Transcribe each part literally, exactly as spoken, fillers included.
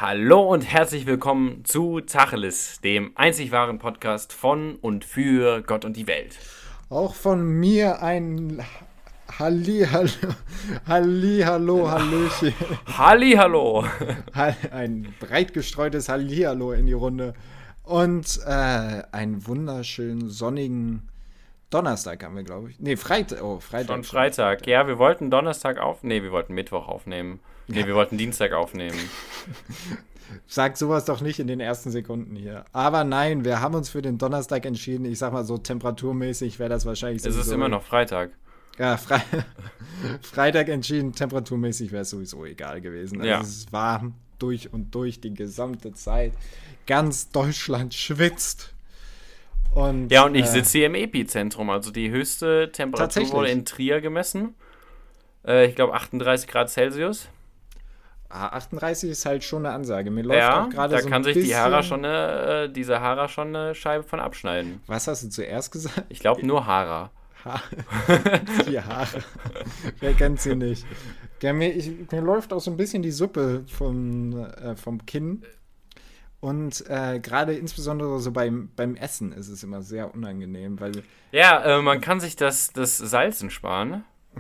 Hallo und herzlich willkommen zu Tacheles, dem einzig wahren Podcast von und für Gott und die Welt. Auch von mir ein Halli, Hallo, Halli, Hallo, Hallöchen. Hallihallo! Ein breit gestreutes Hallihallo in die Runde. Und äh, einen wunderschönen sonnigen Donnerstag haben wir, glaube ich. Nee, Freitag. Oh, Freitag. Schon Freitag. Ja, wir wollten Donnerstag aufnehmen. Nee, wir wollten Mittwoch aufnehmen. Nee, Ja. wir wollten Dienstag aufnehmen. Sag sowas doch nicht in den ersten Sekunden hier. Aber nein, wir haben uns für den Donnerstag entschieden. Ich sag mal so temperaturmäßig wäre das wahrscheinlich Es ist immer noch Freitag. Ja, Fre Freitag entschieden, temperaturmäßig wäre es sowieso egal gewesen. Also Ja. Es ist warm durch und durch die gesamte Zeit. Ganz Deutschland schwitzt. Und, Ja, und ich äh, sitze hier im Epizentrum. Also die höchste Temperatur Tatsächlich? wurde in Trier gemessen. Äh, ich glaube achtunddreißig Grad Celsius. ah, achtunddreißig ist halt schon eine Ansage. Mir läuft Ja, auch gerade da so ein kann sich bisschen... die Hara schon eine, äh, diese Hara schon eine Scheibe von abschneiden. Was hast du zuerst gesagt? Ich glaube nur Hara. Ha die Haare. Wer kennt sie nicht? Ja, mir, ich, mir läuft auch so ein bisschen die Suppe vom, äh, vom Kinn. Und äh, gerade insbesondere so beim, beim Essen ist es immer sehr unangenehm, weil Ja, äh, man kann sich das, das Salzen sparen,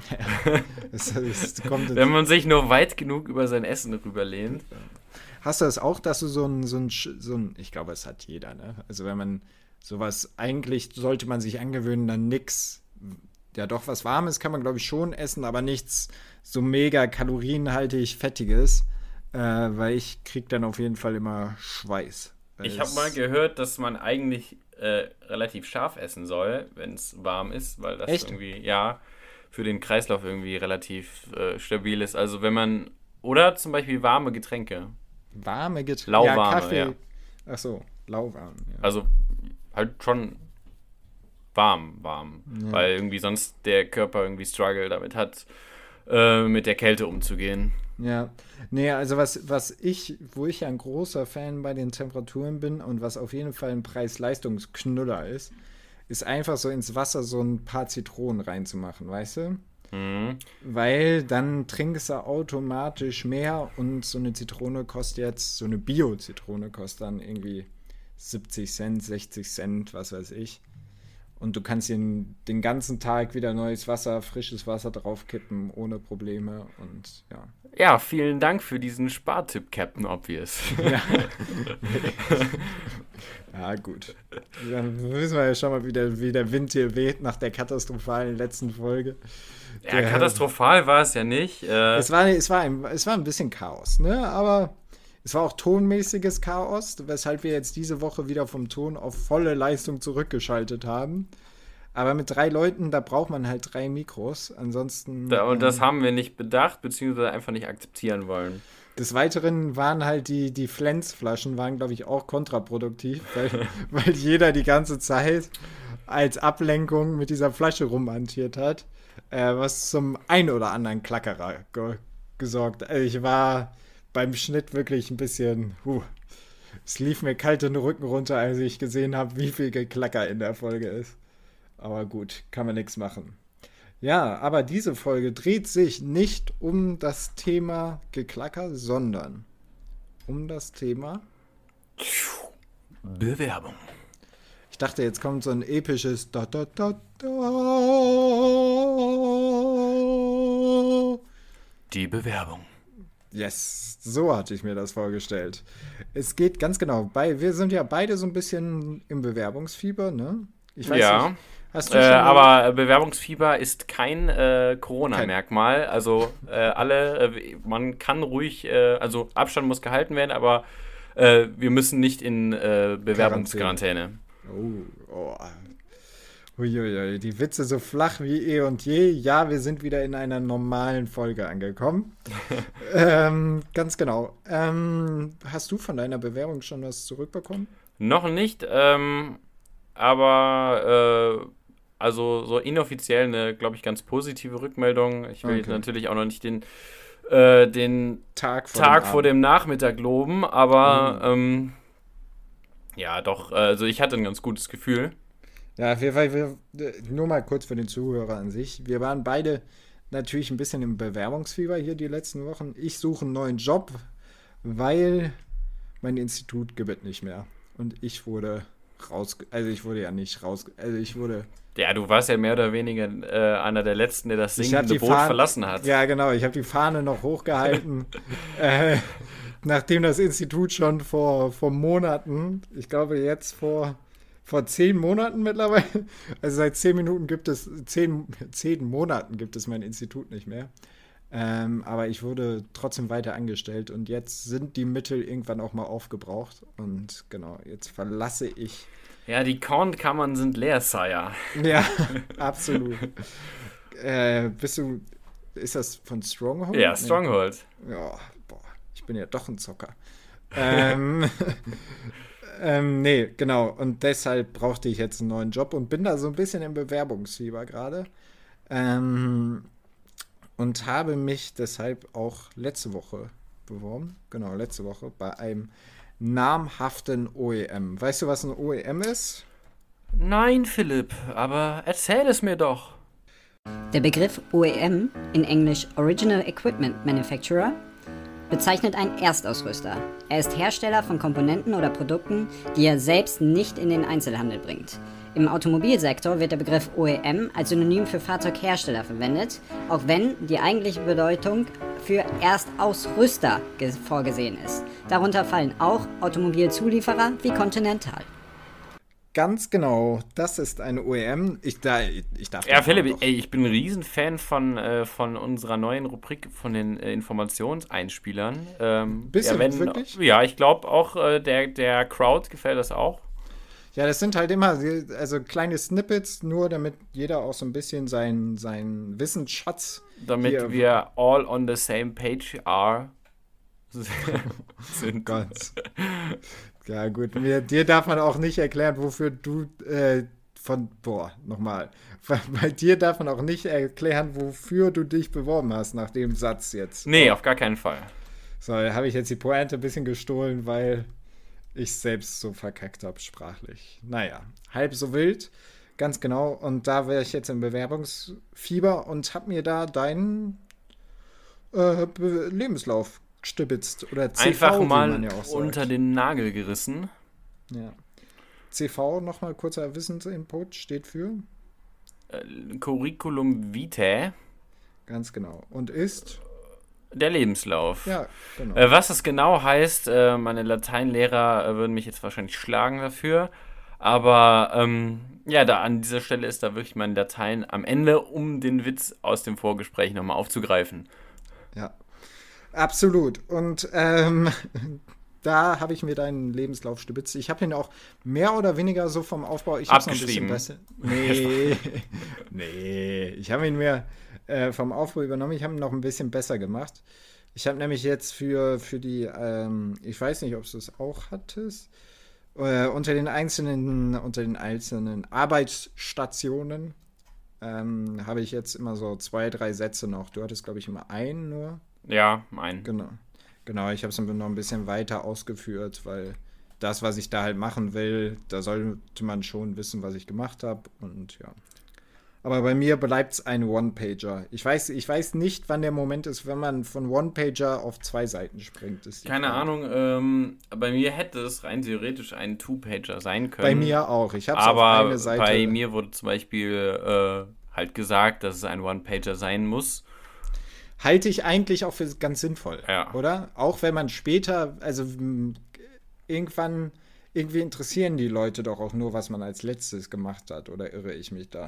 es, es kommt. wenn man sich nur weit genug über sein Essen rüberlehnt. Hast du das auch, dass du so ein, so ein, Sch- so ein, ich glaube, es hat jeder, ne? Also wenn man sowas, eigentlich sollte man sich angewöhnen, dann nix, ja doch, was Warmes kann man, glaube ich, schon essen, aber nichts so mega kalorienhaltig Fettiges, äh, weil ich krieg dann auf jeden Fall immer Schweiß. Weil Ich habe es- mal gehört, dass man eigentlich äh, relativ scharf essen soll, wenn es warm ist, weil das Echt? irgendwie, ja, für den Kreislauf irgendwie relativ äh, stabil ist. Also wenn man, oder zum Beispiel warme Getränke. Warme Getränke. Lauwarme, ja, Kaffee. ja. Ach so, lauwarm. Ja. Also halt schon warm, warm. Ja. Weil irgendwie sonst der Körper irgendwie Struggle damit hat, äh, mit der Kälte umzugehen. Ja, nee, also was, was ich, wo ich ja ein großer Fan bei den Temperaturen bin und was auf jeden Fall ein Preis-Leistungs-Knüller ist, ist einfach so ins Wasser so ein paar Zitronen reinzumachen, weißt du? Mhm. Weil dann trinkst du automatisch mehr und so eine Zitrone kostet jetzt, so eine Bio-Zitrone kostet dann irgendwie siebzig Cent, sechzig Cent, was weiß ich. Und du kannst den, den ganzen Tag wieder neues Wasser, frisches Wasser draufkippen, ohne Probleme und ja. Ja, vielen Dank für diesen Spartipp, Captain Obvious. Ja. Ja, gut. Dann wissen wir ja schon mal, wie der, wie der Wind hier weht nach der katastrophalen letzten Folge. Ja, Der- katastrophal war es ja nicht. Äh, Es war, es, war ein, es war ein bisschen Chaos, ne? Aber es war auch tonmäßiges Chaos, weshalb wir jetzt diese Woche wieder vom Ton auf volle Leistung zurückgeschaltet haben. Aber mit drei Leuten, da braucht man halt drei Mikros. Ansonsten. da, und das ähm, haben wir nicht bedacht, beziehungsweise einfach nicht akzeptieren wollen. Des Weiteren waren halt die, die Flensflaschen, waren, glaube ich, auch kontraproduktiv, weil, weil jeder die ganze Zeit als Ablenkung mit dieser Flasche rumhantiert hat, äh, was zum ein oder anderen Klackerer ge gesorgt. Also ich war beim Schnitt wirklich ein bisschen, huh, es lief mir kalt den Rücken runter, als ich gesehen habe, wie viel Geklacker in der Folge ist. Aber gut, kann man nichts machen. Ja, aber diese Folge dreht sich nicht um das Thema Geklacker, sondern um das Thema. Bewerbung. Ich dachte, jetzt kommt so ein episches da da da da. Die Bewerbung. Yes, so hatte ich mir das vorgestellt. Es geht ganz genau. Bei, wir sind ja beide so ein bisschen im Bewerbungsfieber, ne? Ich weiß Ja. nicht. Hast du Äh, schon mal- aber Bewerbungsfieber ist kein äh, Corona-Merkmal. Also äh, alle, äh, man kann ruhig, äh, also Abstand muss gehalten werden, aber äh, wir müssen nicht in äh, Bewerbungsquarantäne. Oh, oh. Uiuiui, die Witze so flach wie eh und je. Ja, wir sind wieder in einer normalen Folge angekommen. ähm, ganz genau. Ähm, hast du von deiner Bewerbung schon was zurückbekommen? Noch nicht, ähm, aber äh, also so inoffiziell eine, glaube ich, ganz positive Rückmeldung. Ich will Okay. natürlich auch noch nicht den, äh, den Tag vor Tag dem vor Abend. dem Nachmittag loben, aber ähm, ja, doch, äh, also ich hatte ein ganz gutes Gefühl. Ja, auf jeden Fall, wir, nur mal kurz für den Zuhörer an sich. Wir waren beide natürlich ein bisschen im Bewerbungsfieber hier die letzten Wochen. Ich suche einen neuen Job, weil mein Institut gibt es nicht mehr. Und ich wurde raus, also ich wurde ja nicht raus, also ich wurde... Ja, du warst ja mehr oder weniger äh, einer der Letzten, der das sinkende Boot Fahne, verlassen hat. Ja, genau, ich habe die Fahne noch hochgehalten, äh, nachdem das Institut schon vor, vor Monaten, ich glaube jetzt vor... Vor zehn Monaten mittlerweile, also seit zehn Minuten gibt es, zehn, zehn Monaten gibt es mein Institut nicht mehr. Ähm, aber ich wurde trotzdem weiter angestellt und jetzt sind die Mittel irgendwann auch mal aufgebraucht. Und genau, jetzt verlasse ich. Ja, die Kornkammern sind leer, Sire. Ja, absolut. äh, bist du, ist das von Stronghold? Ja, Stronghold. Ja, boah, ich bin ja doch ein Zocker. ähm, Ähm, nee, genau. Und deshalb brauchte ich jetzt einen neuen Job und bin da so ein bisschen im Bewerbungsfieber gerade. Ähm, und habe mich deshalb auch letzte Woche beworben. Genau, letzte Woche bei einem namhaften O E M. Weißt du, was ein O E M ist? Nein, Philipp, aber erzähl es mir doch. Der Begriff O E M, in Englisch Original Equipment Manufacturer, bezeichnet einen Erstausrüster. Er ist Hersteller von Komponenten oder Produkten, die er selbst nicht in den Einzelhandel bringt. Im Automobilsektor wird der Begriff O E M als Synonym für Fahrzeughersteller verwendet, auch wenn die eigentliche Bedeutung für Erstausrüster vorgesehen ist. Darunter fallen auch Automobilzulieferer wie Continental. Ganz genau, das ist ein O E M. Ich, da, ich darf Ja, Philipp, ey, ich bin ein Riesenfan von, äh, von unserer neuen Rubrik, von den äh, Informationseinspielern. Ähm, Bist ja, du wenn, wirklich? Ja, ich glaube auch, äh, der, der Crowd gefällt das auch. Ja, das sind halt immer also kleine Snippets, nur damit jeder auch so ein bisschen seinen sein Wissensschatz... Damit hier, wir all on the same page are. sind. Gott. Ja, gut. Mir, dir darf man auch nicht erklären, wofür du äh, von. Boah, nochmal. Bei dir darf man auch nicht erklären, wofür du dich beworben hast, nach dem Satz jetzt. Nee, auf gar keinen Fall. So, da habe ich jetzt die Pointe ein bisschen gestohlen, weil ich selbst so verkackt habe, sprachlich. Naja, halb so wild. Ganz genau. Und da wäre ich jetzt im Bewerbungsfieber und habe mir da deinen äh, Lebenslauf stibitzt oder C V, einfach mal wie man ja auch sagt. Unter den Nagel gerissen. Ja. C V, nochmal kurzer Wissensinput, steht für? Äh, Curriculum Vitae. Ganz genau. Und ist? Der Lebenslauf. Ja, genau. Äh, was es genau heißt, äh, meine Lateinlehrer äh, würden mich jetzt wahrscheinlich schlagen dafür. Aber ähm, ja, da an dieser Stelle ist da wirklich mein Latein am Ende, um den Witz aus dem Vorgespräch nochmal aufzugreifen. Ja. Absolut. Und ähm, da habe ich mir deinen Lebenslauf stibitzt. Ich habe ihn auch mehr oder weniger so vom Aufbau. Ich Abgeschrieben. Noch ein bisschen besser. Nee, nee. Ich habe ihn mir äh, vom Aufbau übernommen. Ich habe ihn noch ein bisschen besser gemacht. Ich habe nämlich jetzt für, für die, ähm, ich weiß nicht, ob du es auch hattest, äh, unter den einzelnen, unter den einzelnen Arbeitsstationen ähm, habe ich jetzt immer so zwei, drei Sätze noch. Du hattest, glaube ich, immer einen nur. Ja, ein. Genau. Genau, ich habe es noch ein bisschen weiter ausgeführt, weil das, was ich da halt machen will, da sollte man schon wissen, was ich gemacht habe. Und ja. Aber bei mir bleibt es ein One-Pager. Ich weiß, ich weiß nicht, wann der Moment ist, wenn man von One-Pager auf zwei Seiten springt. Ist Keine Frage. Ahnung, ähm, bei mir hätte es rein theoretisch ein Two-Pager sein können. Bei mir auch. Ich habe es auf eine Seite. Aber bei mir wurde zum Beispiel äh, halt gesagt, dass es ein One-Pager sein muss. Halte ich eigentlich auch für ganz sinnvoll, ja. Oder? Auch wenn man später, also m, irgendwann, irgendwie interessieren die Leute doch auch nur, was man als letztes gemacht hat, oder irre ich mich da?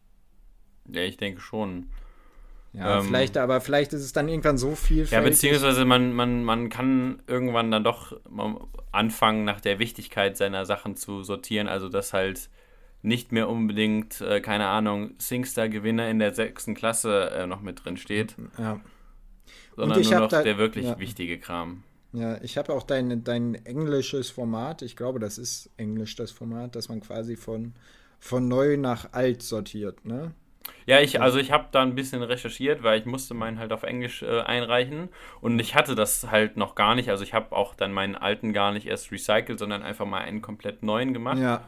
Ja, ich denke schon. Ja, ähm, vielleicht, aber vielleicht ist es dann irgendwann so vielfältig. Ja, beziehungsweise man, man, man kann irgendwann dann doch anfangen, nach der Wichtigkeit seiner Sachen zu sortieren, also dass halt nicht mehr unbedingt, äh, keine Ahnung, Singstar-Gewinner in der sechsten Klasse äh, noch mit drin steht. Ja. Sondern Und ich nur hab noch da, der wirklich ja. wichtige Kram. Ja, ich habe auch dein, dein englisches Format, ich glaube, das ist Englisch, das Format, dass man quasi von, von neu nach alt sortiert, ne? Ja, ich, also ich habe da ein bisschen recherchiert, weil ich musste meinen halt auf Englisch äh, einreichen und ich hatte das halt noch gar nicht, also ich habe auch dann meinen alten gar nicht erst recycelt, sondern einfach mal einen komplett neuen gemacht. Ja.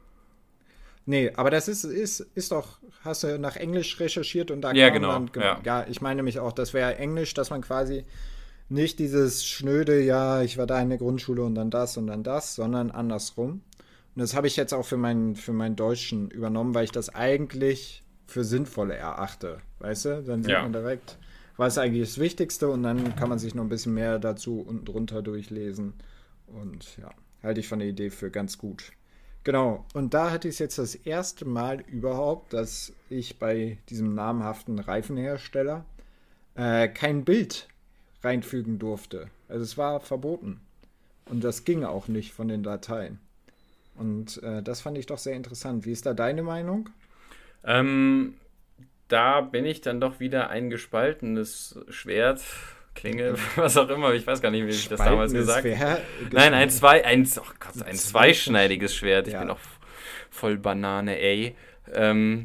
Nee, aber das ist, ist, ist doch, hast du nach Englisch recherchiert und da ja, kam genau, dann, ja. ja, ich meine nämlich auch, das wäre Englisch, dass man quasi Nicht dieses schnöde, ja, ich war da in der Grundschule und dann das und dann das, sondern andersrum. Und das habe ich jetzt auch für meinen, für meinen Deutschen übernommen, weil ich das eigentlich für sinnvoll erachte. Weißt du? Dann sieht Ja. man direkt, was ist eigentlich das Wichtigste und dann kann man sich noch ein bisschen mehr dazu unten drunter durchlesen. Und ja, halte ich von der Idee für ganz gut. Genau, und da hatte ich es jetzt das erste Mal überhaupt, dass ich bei diesem namhaften Reifenhersteller äh, kein Bild reinfügen durfte. Also es war verboten. Und das ging auch nicht von den Dateien. Und äh, das fand ich doch sehr interessant. Wie ist da deine Meinung? Ähm, da bin ich dann doch wieder ein gespaltenes Schwert, Klinge, was auch immer. Ich weiß gar nicht, wie ich das damals gesagt habe. Nein, ein zwei, ein, oh Gott, ein zweischneidiges Schwert. Ich Ja. bin auch voll Banane, ey. Ähm,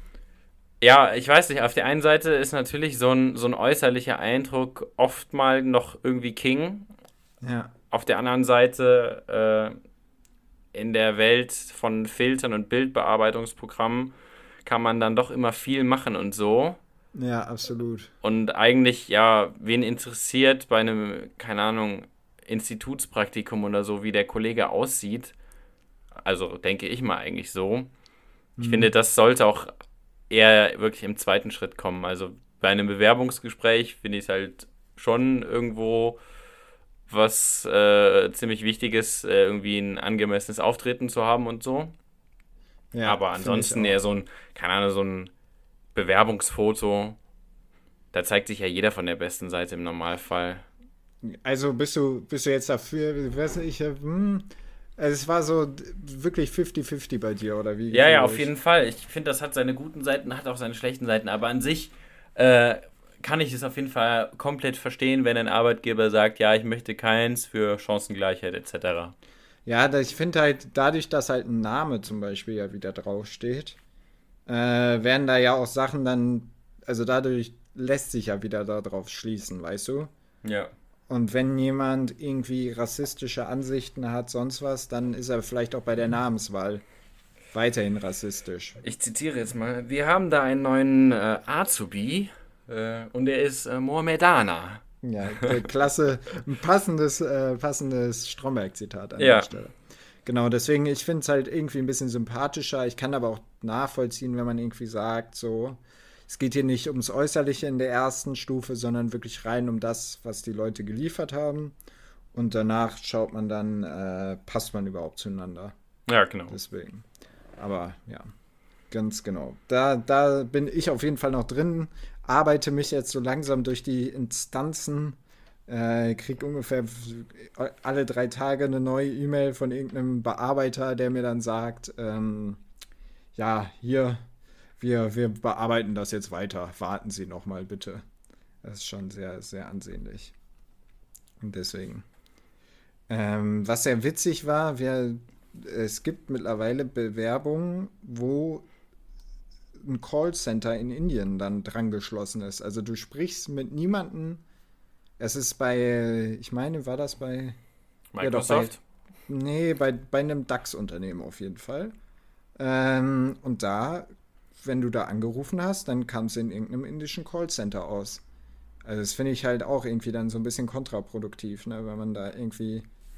ja, ich weiß nicht, auf der einen Seite ist natürlich so ein, so ein äußerlicher Eindruck oft mal noch irgendwie King. Ja, Auf der anderen Seite, äh, in der Welt von Filtern und Bildbearbeitungsprogrammen kann man dann doch immer viel machen und so. ja, absolut. Und eigentlich, ja, wen interessiert bei einem, keine Ahnung, Institutspraktikum oder so, wie der Kollege aussieht? Also denke ich mal eigentlich so. Ich finde, das sollte auch eher wirklich im zweiten Schritt kommen. Also bei einem Bewerbungsgespräch finde ich es halt schon irgendwo was äh, ziemlich Wichtiges, äh, irgendwie ein angemessenes Auftreten zu haben und so. Ja, Aber finde ich ansonsten auch. eher so ein, keine Ahnung, so ein Bewerbungsfoto. Da zeigt sich ja jeder von der besten Seite im Normalfall. Also bist du, bist du jetzt dafür, ich weiß nicht, äh, hm, also es war so d- wirklich fünfzig fünfzig bei dir, oder wie? Ja, ja, gefühlt? auf jeden Fall. Ich finde, das hat seine guten Seiten, hat auch seine schlechten Seiten. Aber an sich äh, kann ich es auf jeden Fall komplett verstehen, wenn ein Arbeitgeber sagt, ja, ich möchte keins für Chancengleichheit et cetera. Ja, da- ich finde halt, dadurch, dass halt ein Name zum Beispiel ja wieder draufsteht, äh, werden da ja auch Sachen dann, also dadurch lässt sich ja wieder darauf schließen, weißt du? Ja. Und wenn jemand irgendwie rassistische Ansichten hat, sonst was, dann ist er vielleicht auch bei der Namenswahl weiterhin rassistisch. Ich zitiere jetzt mal. Wir haben da einen neuen äh, Azubi äh, und er ist äh, Mohammedaner. Ja, der klasse, ein passendes, äh, passendes Stromberg-Zitat an Ja. der Stelle. Genau, deswegen, ich finde es halt irgendwie ein bisschen sympathischer. Ich kann aber auch nachvollziehen, wenn man irgendwie sagt, so, es geht hier nicht ums Äußerliche in der ersten Stufe, sondern wirklich rein um das, was die Leute geliefert haben. Und danach schaut man dann, äh, passt man überhaupt zueinander. Ja, genau. Deswegen. Aber ja, ganz genau. Da, da bin ich auf jeden Fall noch drin, arbeite mich jetzt so langsam durch die Instanzen, äh, krieg ungefähr alle drei Tage eine neue E-Mail von irgendeinem Bearbeiter, der mir dann sagt, ähm, ja, hier, wir, wir bearbeiten das jetzt weiter. Warten Sie noch mal bitte. Das ist schon sehr, sehr ansehnlich. Und deswegen. Ähm, was sehr witzig war, wir, es gibt mittlerweile Bewerbungen, wo ein Callcenter in Indien dann dran geschlossen ist. Also du sprichst mit niemandem. Es ist bei, ich meine, war das bei, ja doch, bei, Microsoft? nee, bei, bei einem DAX-Unternehmen auf jeden Fall. Ähm, und da, wenn du da angerufen hast, dann kam es in irgendeinem indischen Callcenter aus. Also das finde ich halt auch irgendwie dann so ein bisschen kontraproduktiv, ne? Wenn man da irgendwie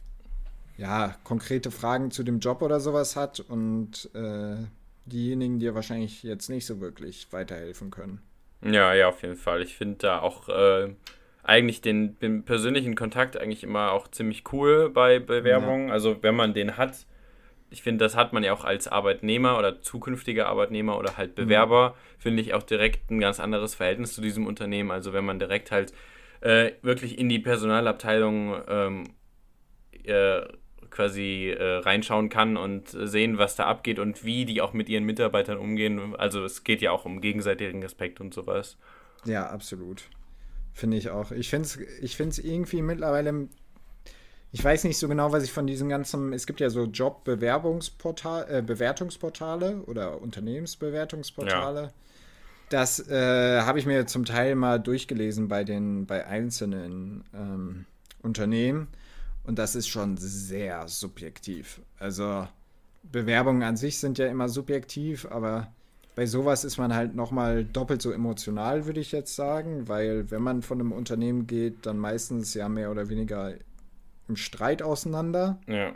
ja, konkrete Fragen zu dem Job oder sowas hat und äh, diejenigen dir wahrscheinlich jetzt nicht so wirklich weiterhelfen können. Ja, ja, auf jeden Fall. Ich finde da auch äh, eigentlich den, den persönlichen Kontakt eigentlich immer auch ziemlich cool bei Bewerbungen. Also wenn man den hat, ich finde, das hat man ja auch als Arbeitnehmer oder zukünftiger Arbeitnehmer oder halt Bewerber, finde ich auch direkt ein ganz anderes Verhältnis zu diesem Unternehmen. Also wenn man direkt halt äh, wirklich in die Personalabteilung ähm, äh, quasi äh, reinschauen kann und sehen, was da abgeht und wie die auch mit ihren Mitarbeitern umgehen. Also es geht ja auch um gegenseitigen Respekt und sowas. Ja, absolut. Finde ich auch. Ich finde es ich find's irgendwie mittlerweile, ich weiß nicht so genau, was ich von diesen ganzen, es gibt ja so Job-Bewerbungsportal, äh, Bewertungsportale oder Unternehmensbewertungsportale. Das äh, habe ich mir zum Teil mal durchgelesen bei den, bei einzelnen ähm, Unternehmen. Und das ist schon sehr subjektiv. Also Bewerbungen an sich sind ja immer subjektiv, aber bei sowas ist man halt nochmal doppelt so emotional, würde ich jetzt sagen, weil wenn man von einem Unternehmen geht, dann meistens ja mehr oder weniger im Streit auseinander. Ja.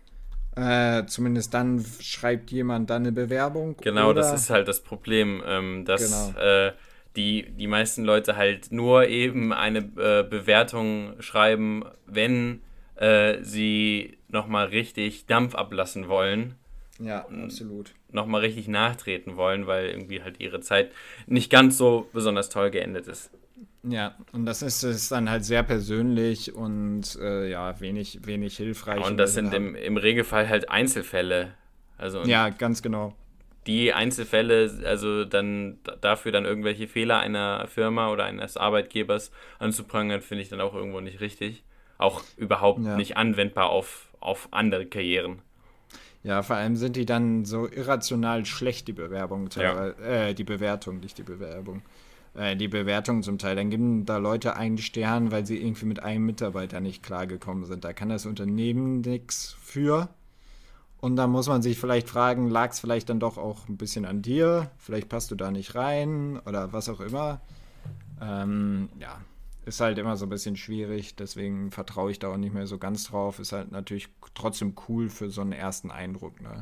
Äh, zumindest dann schreibt jemand dann eine Bewerbung. Genau, oder, das ist halt das Problem, ähm, dass Genau. äh, die, die meisten Leute halt nur eben eine äh, Bewertung schreiben, wenn äh, sie nochmal richtig Dampf ablassen wollen, Ja, absolut. nochmal richtig nachtreten wollen, weil irgendwie halt ihre Zeit nicht ganz so besonders toll geendet ist. Ja, und das ist, ist dann halt sehr persönlich und äh, ja, wenig, wenig hilfreich. Und das sind im, im Regelfall halt Einzelfälle. Also und Ja, ganz genau. die Einzelfälle, also dann d- dafür dann irgendwelche Fehler einer Firma oder eines Arbeitgebers anzuprangern, finde ich dann auch irgendwo nicht richtig. Auch überhaupt Ja. nicht anwendbar auf, auf andere Karrieren. Ja, vor allem sind die dann so irrational schlecht, die Bewerbung, Ja. teilweise- äh, die Bewertung, nicht die Bewerbung. Äh, die Bewertung zum Teil. Dann geben da Leute einen Stern, weil sie irgendwie mit einem Mitarbeiter nicht klargekommen sind. Da kann das Unternehmen nichts für. Und da muss man sich vielleicht fragen, lag es vielleicht dann doch auch ein bisschen an dir? Vielleicht passt du da nicht rein oder was auch immer. Ähm, ja, ist halt immer so ein bisschen schwierig. Deswegen vertraue ich da auch nicht mehr so ganz drauf. Ist halt natürlich trotzdem cool für so einen ersten Eindruck, ne?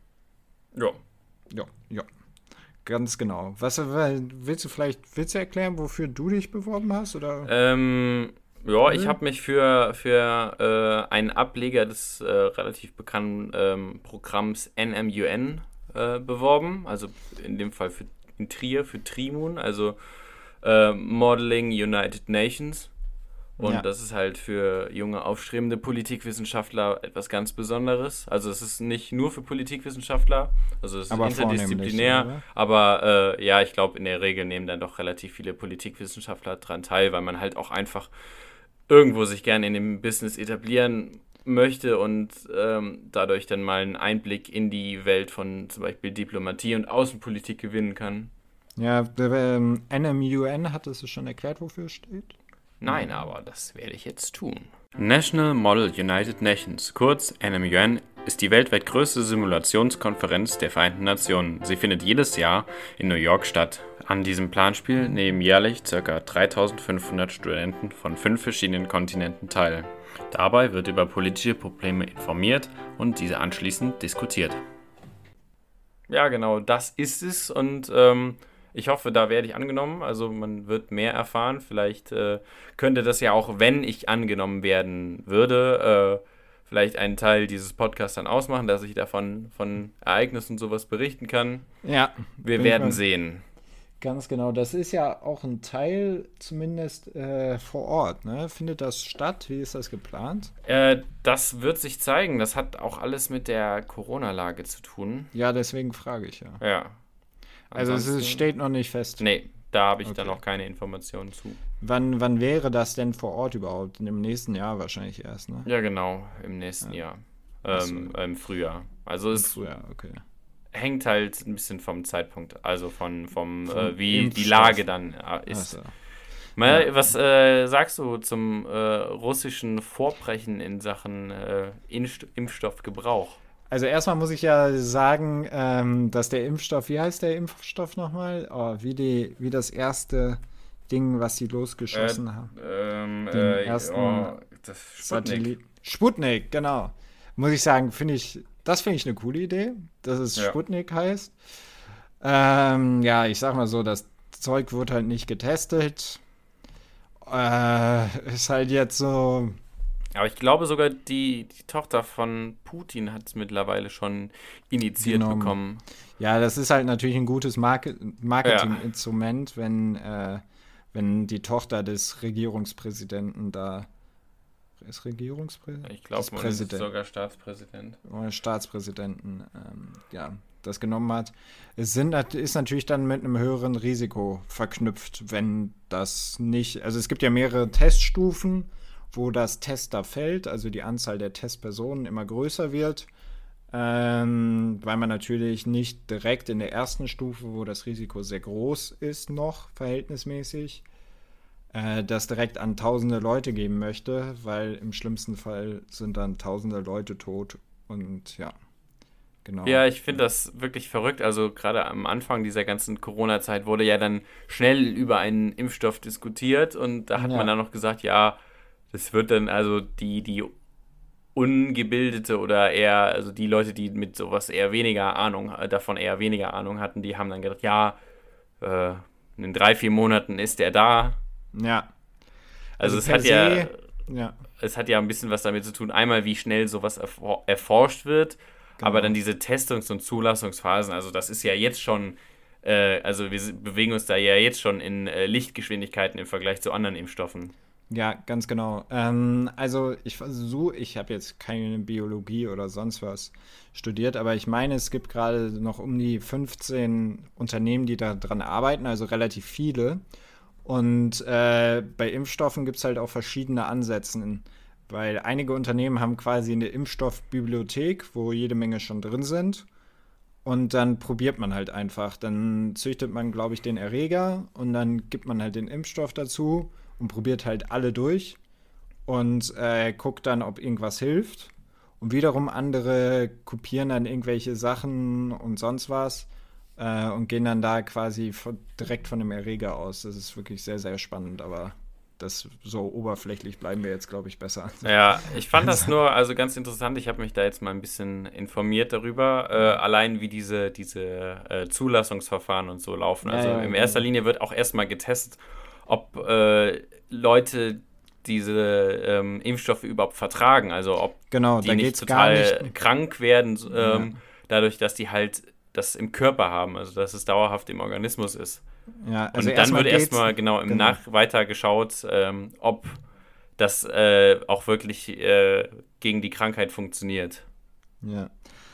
Ja. Ja, ja. Ganz genau. Was willst du vielleicht, willst du erklären, wofür du dich beworben hast? Oder? Ähm, ja, ich Mhm. habe mich für, für äh, einen Ableger des äh, relativ bekannten ähm, Programms N M U N äh, beworben. Also in dem Fall für, in Trier, für Trimun, also äh, Modeling United Nations. Und Ja. das ist halt für junge, aufstrebende Politikwissenschaftler etwas ganz Besonderes. Also es ist nicht nur für Politikwissenschaftler, also es ist Aber interdisziplinär, vornehmlich, aber äh, ja, ich glaube, in der Regel nehmen dann doch relativ viele Politikwissenschaftler dran teil, weil man halt auch einfach irgendwo sich gerne in dem Business etablieren möchte und ähm, dadurch dann mal einen Einblick in die Welt von zum Beispiel Diplomatie und Außenpolitik gewinnen kann. Ja, der, ähm, N M U N, hattest du schon erklärt, wofür es steht? Nein, aber das werde ich jetzt tun. National Model United Nations, kurz N M U N, ist die weltweit größte Simulationskonferenz der Vereinten Nationen. Sie findet jedes Jahr in New York statt. An diesem Planspiel nehmen jährlich ca. dreitausendfünfhundert Studenten von fünf verschiedenen Kontinenten teil. Dabei wird über politische Probleme informiert und diese anschließend diskutiert. Ja, genau, das ist es und ähm, ich hoffe, da werde ich angenommen. Also man wird mehr erfahren. Vielleicht äh, könnte das ja auch, wenn ich angenommen werden würde, äh, vielleicht einen Teil dieses Podcasts dann ausmachen, dass ich davon von Ereignissen und sowas berichten kann. Ja. Wir bin werden ich mal- sehen. Ganz genau. Das ist ja auch ein Teil zumindest äh, vor Ort, ne? Findet das statt? Wie ist das geplant? Äh, das wird sich zeigen. Das hat auch alles mit der Corona-Lage zu tun. Ja, deswegen frage ich ja. Ja. Also es Ansonsten- ist, steht noch nicht fest. Nee, da habe ich dann Okay. noch keine Informationen zu. Wann, wann wäre das denn vor Ort überhaupt? Im nächsten Jahr wahrscheinlich erst, ne? Ja, genau, im nächsten Jahr. Ach so. Ähm, Im Frühjahr. Also es Früher, okay. hängt halt ein bisschen vom Zeitpunkt, also von, vom, Vom äh, wie die Impfstoff. Lage dann äh, ist. Achso. Mal, Ja. was äh, sagst du zum äh, russischen Vorbrechen in Sachen äh, Inst- Impfstoffgebrauch? Also erstmal muss ich ja sagen, ähm, dass der Impfstoff, wie heißt der Impfstoff nochmal? Oh, wie, die, wie das erste Ding, was sie losgeschossen haben. Ähm, Den ersten das Satellit. Sputnik, genau. Muss ich sagen, finde ich, das finde ich eine coole Idee, dass es Ja. Sputnik heißt. Ähm, ja, ich sag mal so, das Zeug wird halt nicht getestet. Äh, ist halt jetzt so. Aber ich glaube sogar, die, die Tochter von Putin hat es mittlerweile schon initiiert Genommen. bekommen. Ja, das ist halt natürlich ein gutes Market Marketinginstrument, wenn, äh, wenn die Tochter des Regierungspräsidenten da. Ist Regierungspräsident? Ich glaube, Des man ist Präsident. sogar Staatspräsident. Oder Staatspräsidenten, ähm, ja, das genommen hat. Es sind, ist natürlich dann mit einem höheren Risiko verknüpft, wenn das nicht, also es gibt ja mehrere Teststufen, wo das Tester fällt, also die Anzahl der Testpersonen immer größer wird, ähm, weil man natürlich nicht direkt in der ersten Stufe, wo das Risiko sehr groß ist, noch verhältnismäßig, äh, das direkt an tausende Leute geben möchte, weil im schlimmsten Fall sind dann tausende Leute tot und ja, genau. Ja, ich finde das wirklich verrückt. Also gerade am Anfang dieser ganzen Corona-Zeit wurde ja dann schnell über einen Impfstoff diskutiert und da hat Ja. man dann noch gesagt, ja, das wird dann also die, die Ungebildete oder eher, also die Leute, die mit sowas eher weniger Ahnung, äh, davon eher weniger Ahnung hatten, die haben dann gedacht, ja, äh, in drei, vier Monaten ist der da. Ja. Also, Also es per hat ja, se, ja, es hat ja ein bisschen was damit zu tun, einmal wie schnell sowas erfor erforscht wird, Genau. aber dann diese Testungs- und Zulassungsphasen, also das ist ja jetzt schon, äh, also wir s- bewegen uns da ja jetzt schon in äh, Lichtgeschwindigkeiten im Vergleich zu anderen Impfstoffen. ja, ganz genau. Ähm, also ich versuche, ich habe jetzt keine Biologie oder sonst was studiert, aber ich meine, es gibt gerade noch um die fünfzehn Unternehmen, die da dran arbeiten, also relativ viele. Und äh, bei Impfstoffen gibt es halt auch verschiedene Ansätze, weil einige Unternehmen haben quasi eine Impfstoffbibliothek, wo jede Menge schon drin sind. Und dann probiert man halt einfach. Dann züchtet man, glaube ich, den Erreger und dann gibt man halt den Impfstoff dazu und probiert halt alle durch und äh, guckt dann, ob irgendwas hilft. Und wiederum andere kopieren dann irgendwelche Sachen und sonst was äh, und gehen dann da quasi von, direkt von dem Erreger aus. Das ist wirklich sehr, sehr spannend, aber das so oberflächlich bleiben wir jetzt, glaube ich, besser. Ja, ich fand das nur also ganz interessant. Ich habe mich da jetzt mal ein bisschen informiert darüber, äh, allein wie diese, diese äh, Zulassungsverfahren und so laufen. Ja, Also ja, in genau. erster Linie wird auch erstmal getestet, ob äh, Leute diese ähm, Impfstoffe überhaupt vertragen. Also ob Genau, die da nicht geht's gar total nicht. krank werden, ähm, Ja. dadurch, dass die halt das im Körper haben, also dass es dauerhaft im Organismus ist. Ja, also Und dann erstmal wird geht's- erstmal genau im genau. Nach weiter geschaut, ähm, ob das äh, auch wirklich äh, gegen die Krankheit funktioniert. Ja.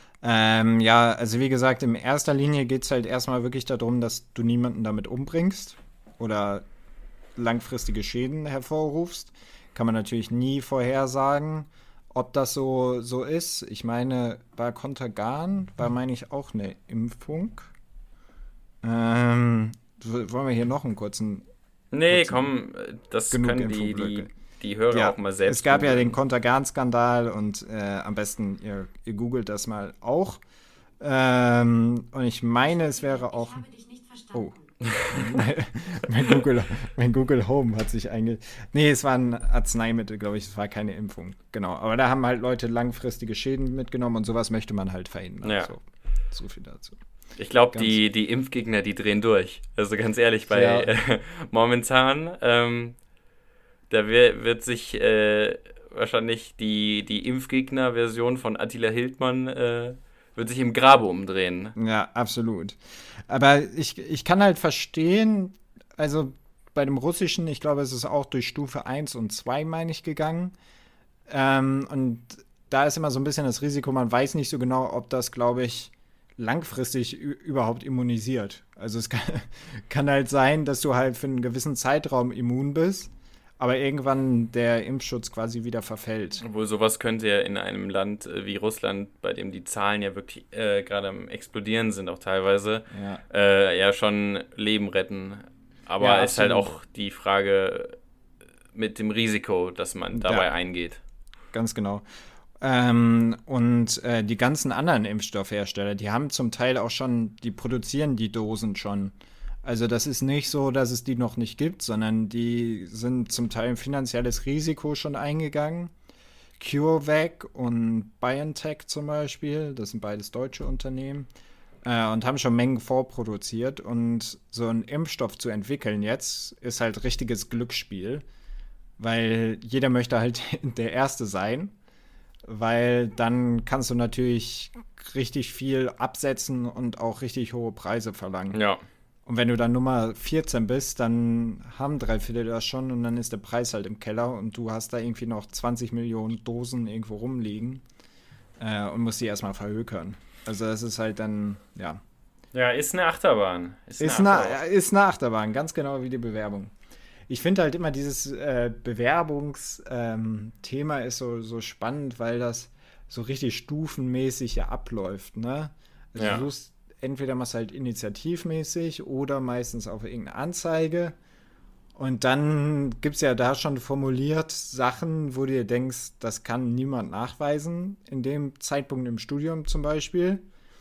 Ähm, ja, also wie gesagt, in erster Linie geht es halt erstmal wirklich darum, dass du niemanden damit umbringst oder langfristige Schäden hervorrufst. Kann man natürlich nie vorhersagen, ob das so, so ist. Ich meine, bei Contergan war, meine ich, auch eine Impfung. Ähm, w- wollen wir hier noch einen kurzen... Nee, Kurz- komm, das genug können die, die, Infoblöcke. die Hörer Ja, auch mal selbst es gab ja googeln. den Contergan-Skandal und äh, am besten ihr, ihr googelt das mal auch. Ähm, und ich meine, es wäre auch. Ich habe dich nicht verstanden. Oh. mein, mein, Google, mein Google Home hat sich einge... Nee, es war ein Arzneimittel, glaube ich. Es war keine Impfung. Genau. Aber da haben halt Leute langfristige Schäden mitgenommen und sowas möchte man halt verhindern. Ja. So, so viel dazu. Ich glaube, Ganz- die, die Impfgegner, die drehen durch. Also ganz ehrlich, bei Ja. äh, momentan, ähm, da wi- wird sich äh, wahrscheinlich die, die Impfgegner-Version von Attila Hildmann äh, wird sich im Grabe umdrehen. Ja, absolut. Aber ich, ich kann halt verstehen, also bei dem Russischen, ich glaube, es ist auch durch Stufe eins und zwei, meine ich, gegangen. Ähm, und da ist immer so ein bisschen das Risiko, man weiß nicht so genau, ob das, glaube ich, langfristig ü- überhaupt immunisiert. Also es kann, kann halt sein, dass du halt für einen gewissen Zeitraum immun bist, aber irgendwann der Impfschutz quasi wieder verfällt. Obwohl sowas könnte ja in einem Land äh, wie Russland, bei dem die Zahlen ja wirklich äh, gerade am Explodieren sind, auch teilweise, Ja. äh, ja schon Leben retten. Aber Ja, ist halt absolut. auch die Frage mit dem Risiko, das man dabei Ja. eingeht. Ganz genau. Ähm, und äh, die ganzen anderen Impfstoffhersteller, die haben zum Teil auch schon, die produzieren die Dosen schon. Also das ist nicht so, dass es die noch nicht gibt, sondern die sind zum Teil ein finanzielles Risiko schon eingegangen. CureVac und BioNTech zum Beispiel, das sind beides deutsche Unternehmen, äh, und haben schon Mengen vorproduziert. Und so einen Impfstoff zu entwickeln jetzt ist halt richtiges Glücksspiel, weil jeder möchte halt der Erste sein, weil dann kannst du natürlich richtig viel absetzen und auch richtig hohe Preise verlangen. Ja. Und wenn du dann Nummer vierzehn bist, dann haben drei viele das schon und dann ist der Preis halt im Keller und du hast da irgendwie noch zwanzig Millionen Dosen irgendwo rumliegen äh, und musst die erstmal verhökern. Also das ist halt dann, ja, Ja, ist eine Achterbahn. ist eine eine, Achterbahn. ist eine Achterbahn, ganz genau wie die Bewerbung. Ich finde halt immer dieses äh, Bewerbungsthema ist so, so spannend, weil das so richtig stufenmäßig ja abläuft, ne? Also Ja. du suchst, entweder machst du halt initiativmäßig oder meistens auf irgendeine Anzeige. Und dann gibt es ja da schon formuliert Sachen, wo du dir denkst, das kann niemand nachweisen, in dem Zeitpunkt im Studium zum Beispiel.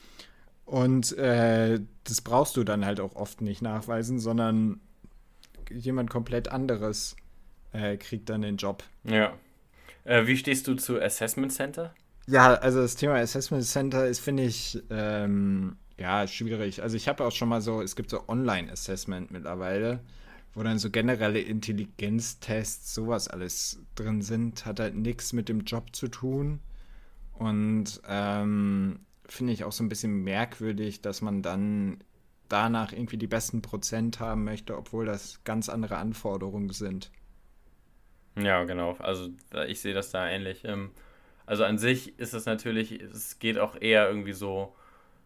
Und äh, das brauchst du dann halt auch oft nicht nachweisen, sondern jemand komplett anderes äh, kriegt dann den Job. Ja. Äh, wie stehst du zu Assessment Center? Ja, also das Thema Assessment Center ist, finde ich, ähm, ja, schwierig. Also ich habe auch schon mal so, es gibt so Online-Assessment mittlerweile, wo dann so generelle Intelligenztests, sowas alles drin sind, hat halt nichts mit dem Job zu tun. Und ähm, finde ich auch so ein bisschen merkwürdig, dass man dann danach irgendwie die besten Prozent haben möchte, obwohl das ganz andere Anforderungen sind. Ja, genau. Also da- ich sehe das da ähnlich. Ähm, also an sich ist es natürlich, es geht auch eher irgendwie so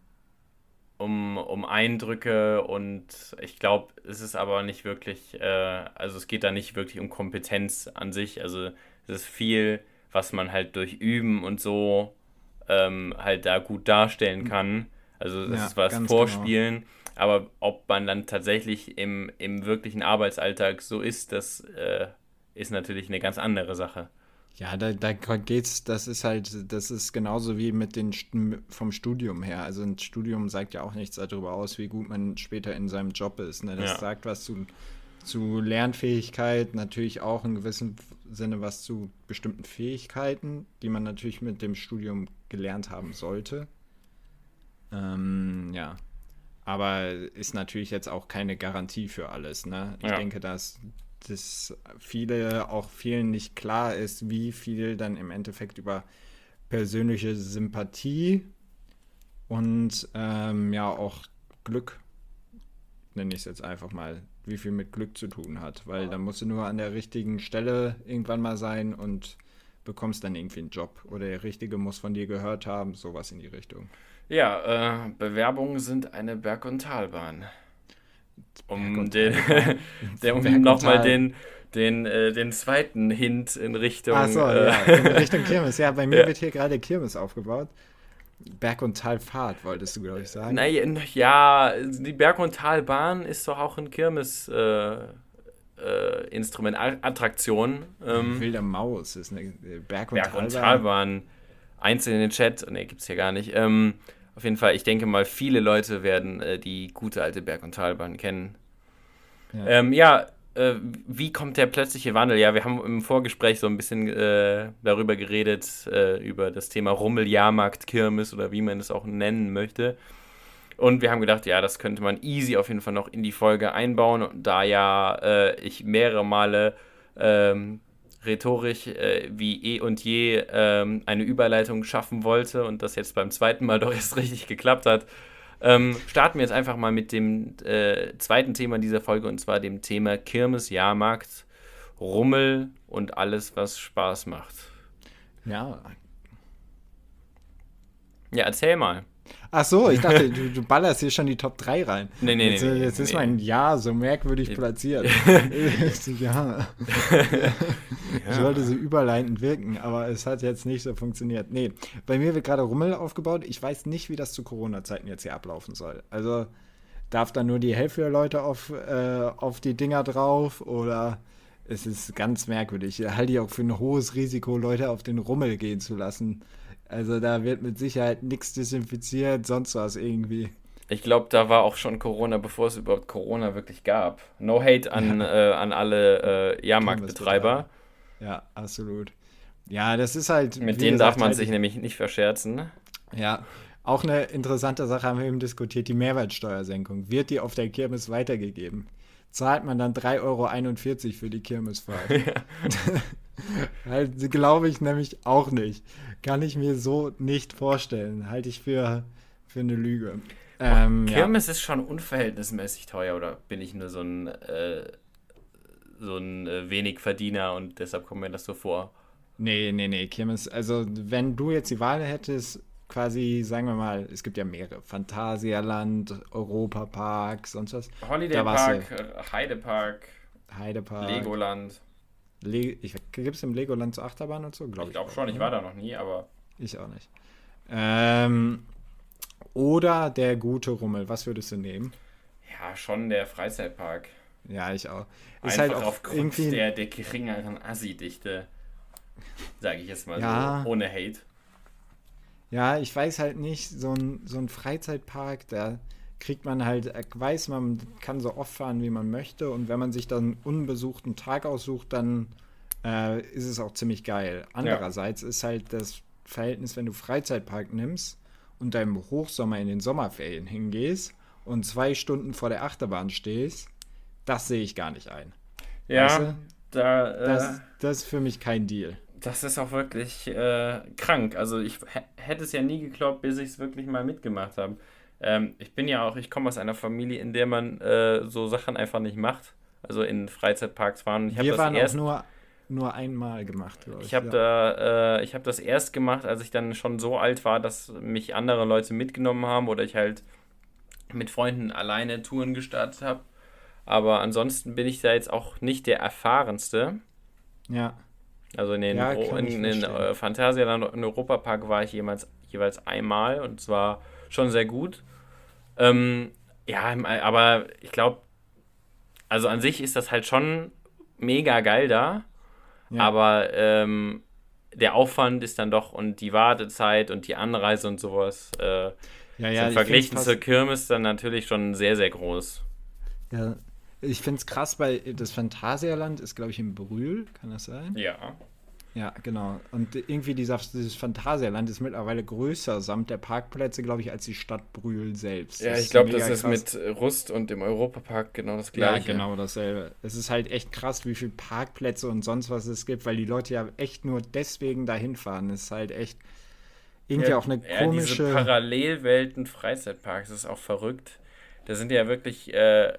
um, um Eindrücke und ich glaube, es ist aber nicht wirklich, äh, also es geht da nicht wirklich um Kompetenz an sich. Also es ist viel, was man halt durch Üben und so ähm, halt da gut darstellen kann. Also es Ja, ist was ganz genau. Vorspielen, aber ob man dann tatsächlich im, im wirklichen Arbeitsalltag so ist, das äh, ist natürlich eine ganz andere Sache. Ja, da, da geht's, das ist halt, das ist genauso wie mit den St- vom Studium her. Also ein Studium sagt ja auch nichts darüber aus, wie gut man später in seinem Job ist. Ne? Das Ja. sagt was zu, zu Lernfähigkeit, natürlich auch in gewissem Sinne was zu bestimmten Fähigkeiten, die man natürlich mit dem Studium gelernt haben sollte. Ähm, ja. Aber ist natürlich jetzt auch keine Garantie für alles. Ne? Ich Ja. denke, dass das viele auch vielen nicht klar ist, wie viel dann im Endeffekt über persönliche Sympathie und ähm, ja auch Glück, nenne ich es jetzt einfach mal, wie viel mit Glück zu tun hat. Weil da musst du nur an der richtigen Stelle irgendwann mal sein und bekommst dann irgendwie einen Job. Oder der Richtige muss von dir gehört haben, sowas in die Richtung. Ja, äh, Bewerbungen sind eine Berg- und Talbahn. Berg- Um und den, Talbahn. der, um Berg- und nochmal Tal. den, den, äh, den zweiten Hint in Richtung. Ach so, äh, ja, in Richtung Kirmes. Ja, bei mir Ja. wird hier gerade Kirmes aufgebaut. Berg- und Talfahrt, wolltest du, glaube ich, sagen. Naja, n- ja, die Berg- und Talbahn ist doch auch ein Kirmes äh, äh, Instrument, A- Attraktion. Ähm, Wilder Maus ist eine Berg- und Berg- und Talbahn. Talbahn. Einzeln in den Chat. Ne, gibt's hier gar nicht. Ähm, auf jeden Fall, ich denke mal, viele Leute werden äh, die gute alte Berg- und Talbahn kennen. Ja. Ähm, ja, äh, wie kommt der plötzliche Wandel? Ja, wir haben im Vorgespräch so ein bisschen äh, darüber geredet, äh, über das Thema Rummel, Jahrmarkt, Kirmes oder wie man es auch nennen möchte. Und wir haben gedacht, ja, das könnte man easy auf jeden Fall noch in die Folge einbauen. Und da ja äh, ich mehrere Male ähm, rhetorisch äh, wie eh und je ähm, eine Überleitung schaffen wollte und das jetzt beim zweiten Mal doch erst richtig geklappt hat, ähm, starten wir jetzt einfach mal mit dem äh, zweiten Thema dieser Folge und zwar dem Thema Kirmes, Jahrmarkt, Rummel und alles, was Spaß macht. Ja. Ja, erzähl mal. Ach so, ich dachte, du, du ballerst hier schon die Top drei rein. Nee, nee, jetzt, nee, nee, Jetzt ist nee. mein Ja so merkwürdig platziert. ja. Ich wollte so überleitend wirken, aber es hat jetzt nicht so funktioniert. Nee, bei mir wird gerade Rummel aufgebaut. Ich weiß nicht, wie das zu Corona-Zeiten jetzt hier ablaufen soll. Also darf da nur die Hälfte der Leute auf, äh, auf die Dinger drauf oder es ist ganz merkwürdig. Ich halte ich auch für ein hohes Risiko, Leute auf den Rummel gehen zu lassen. Also da wird mit Sicherheit nichts desinfiziert, sonst was irgendwie. Ich glaube, da war auch schon Corona, bevor es überhaupt Corona wirklich gab. No hate an, äh, an alle äh, Jahrmarktbetreiber. Ja, absolut. Ja, das ist halt. Mit wie denen gesagt, darf man halt, sich nämlich nicht verscherzen. Ja, auch eine interessante Sache haben wir eben diskutiert, die Mehrwertsteuersenkung. Wird die auf der Kirmes weitergegeben? Zahlt man dann drei Euro einundvierzig für die Kirmesfahrt? Ja. Halt, glaube ich nämlich auch nicht. Kann ich mir so nicht vorstellen. Halte ich für, für eine Lüge. Ähm, Kirmes ist schon unverhältnismäßig teuer, oder bin ich nur so ein, äh, so ein äh, Wenigverdiener und deshalb kommt mir das so vor? Nee, nee, nee, Kirmes, also wenn du jetzt die Wahl hättest, quasi, sagen wir mal, es gibt ja mehrere, Phantasialand, Europapark, sonst was. Holiday Da warst Park, äh, Heidepark, Heidepark. Legoland. Le Gibt es im Legoland so Achterbahn und so? Glaub Ich glaube auch, schon, ich ne? war da noch nie, aber Ich auch nicht. Ähm, oder der gute Rummel, was würdest du nehmen? ja, schon der Freizeitpark. Ja, ich auch. Einfach Ist halt auch aufgrund irgendwie. der, der geringeren Assi-Dichte, sage ich jetzt mal Ja. so, ohne Hate. Ja, ich weiß halt nicht, so ein, so ein Freizeitpark, da kriegt man halt, äh, weiß man, kann so oft fahren, wie man möchte. Und wenn man sich dann einen unbesuchten Tag aussucht, dann äh, ist es auch ziemlich geil. Andererseits ist halt das Verhältnis, wenn du Freizeitpark nimmst und da im Hochsommer in den Sommerferien hingehst und zwei Stunden vor der Achterbahn stehst, das sehe ich gar nicht ein. Ja, Weißt du? da. Äh, Das, das ist für mich kein Deal. das ist auch wirklich äh, krank. Also ich h- hätte es ja nie geglaubt, bis ich es wirklich mal mitgemacht habe. Ähm, ich bin ja auch, ich komme aus einer Familie, in der man äh, so Sachen einfach nicht macht. Also in Freizeitparks fahren. Und Ich habe Wir das waren auch erst, nur, nur einmal gemacht, glaube ich. ich habe ja. da, äh, ich habe das erst gemacht, als ich dann schon so alt war, dass mich andere Leute mitgenommen haben oder ich halt mit Freunden alleine Touren gestartet habe. Aber ansonsten bin ich da jetzt auch nicht der erfahrenste. Ja, Also in den, ja, Ro- kann in, ich in den verstehen. äh, Phantasialand und Europapark war ich jemals, jeweils einmal und zwar schon sehr gut. Ähm, ja, im- aber ich glaube, also an sich ist das halt schon mega geil da, Ja, aber ähm, der Aufwand ist dann doch und die Wartezeit und die Anreise und sowas äh, ja, sind ja, ich finde es verglichen zur fast, Kirmes dann natürlich schon sehr, sehr groß. ja, ich finde es krass, bei das Phantasialand ist, glaube ich, in Brühl, kann das sein? Ja. Ja, genau. Und irgendwie dieser, dieses Phantasialand ist mittlerweile größer, samt der Parkplätze, glaube ich, als die Stadt Brühl selbst. Ja, Das ich ist glaube, das mega ist krass. mit Rust und im Europapark genau das Ja, gleiche. genau dasselbe. Es ist halt echt krass, wie viele Parkplätze und sonst was es gibt, weil die Leute ja echt nur deswegen dahin fahren. Es ist halt echt irgendwie Ja, auch eine ja, diese komische. Parallelwelten Freizeitparks, das ist auch verrückt. Da sind ja wirklich, äh,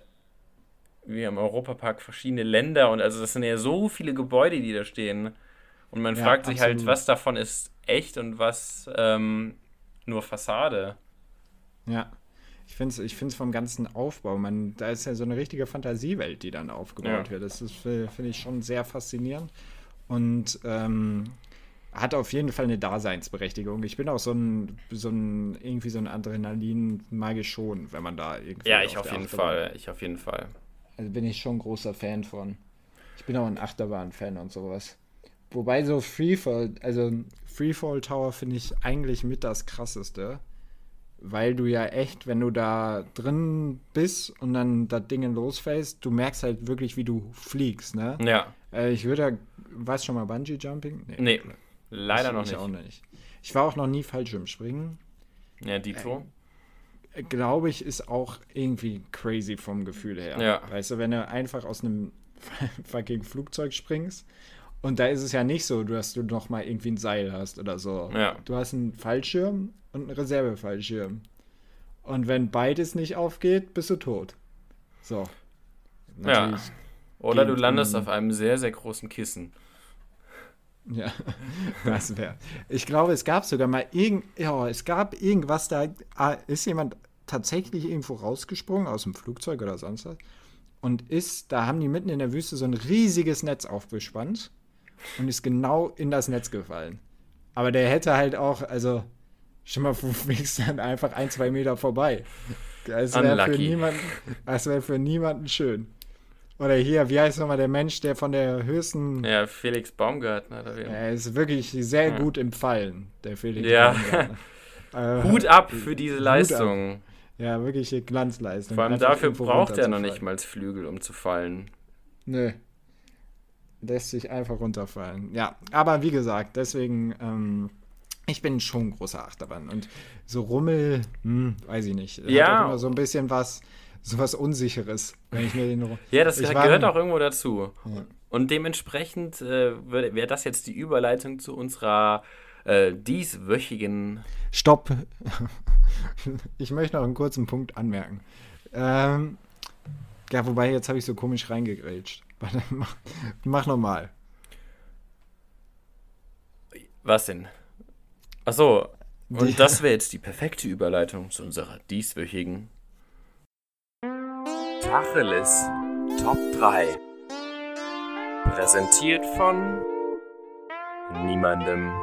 wie im Europapark, verschiedene Länder und also das sind ja so viele Gebäude, die da stehen. Und man Ja, fragt sich halt, absolut. was davon ist echt und was ähm, nur Fassade. Ja. Ich finde es ich find's vom ganzen Aufbau, man, da ist ja so eine richtige Fantasiewelt, die dann aufgebaut Ja. wird. Das ist, fi- finde ich, schon sehr faszinierend und ähm, hat auf jeden Fall eine Daseinsberechtigung. Ich bin auch so ein, so ein irgendwie so ein Adrenalin mag ich schon, wenn man da Ja, irgendwie ich auf auf der jeden Achterbahn. Fall. Ich auf jeden Fall. Also bin ich schon ein großer Fan von. Ich bin auch ein Achterbahn-Fan und sowas. Wobei so Freefall, also Freefall Tower finde ich eigentlich mit das krasseste, weil du ja echt, wenn du da drin bist und dann das Ding losfällst, du merkst halt wirklich, wie du fliegst, ne? Ja, Äh, ich würde, ja- warst du schon mal Bungee Jumping? nee, leider ich, noch ich nicht. auch nicht. Ich war auch noch nie Fallschirmspringen. Ja, Dito. Äh, Glaube ich, ist auch irgendwie crazy vom Gefühl her. Ja. Weißt du, wenn du einfach aus einem fucking Flugzeug springst und da ist es ja nicht so, dass du noch mal irgendwie ein Seil hast oder so. Ja. Du hast einen Fallschirm und einen Reservefallschirm. Und wenn beides nicht aufgeht, bist du tot. So. Ja. Natürlich, Oder du geht landest um- auf einem sehr, sehr großen Kissen. ja, das wäre. Ich glaube, es gab sogar mal irgend, ja, es gab irgendwas, da ah, ist jemand tatsächlich irgendwo rausgesprungen aus dem Flugzeug oder sonst was und ist, da haben die mitten in der Wüste so ein riesiges Netz aufgespannt und ist genau in das Netz gefallen. Aber der hätte halt auch, also schon mal fliegst dann einfach ein, zwei Meter vorbei. Das wäre für Unlucky. niemanden, das wäre für niemanden schön. Oder hier, wie heißt nochmal der Mensch, der von der höchsten. Ja, Felix Baumgartner. Oder wie? Er ist wirklich sehr Ja. gut im Fallen, der Felix Ja. Baumgartner. Äh, Hut ab für diese Hut ab. Leistung. Ja, wirkliche Glanzleistung. Vor allem Einfach dafür irgendwo braucht er noch runterzufallen. nicht mal Flügel, um zu fallen. Nö. Lässt sich einfach runterfallen. Ja, aber wie gesagt, deswegen, ähm, ich bin schon ein großer Achterbahn. Und so Rummel, hm, weiß ich nicht. Hat Ja. auch immer so ein bisschen was, so was Unsicheres, wenn ich mir den. Ru- Ja, das Ich war- gehört auch irgendwo dazu. Ja. Und dementsprechend äh, wäre das jetzt die Überleitung zu unserer äh, dieswöchigen. Stopp. Ich möchte noch einen kurzen Punkt anmerken. Ähm, ja, wobei, jetzt habe ich so komisch reingegrätscht. Warte, mach, mach nochmal. Was denn? Achso, Die- und das wäre jetzt die perfekte Überleitung zu unserer dieswöchigen Tacheles Top drei. Präsentiert von niemandem.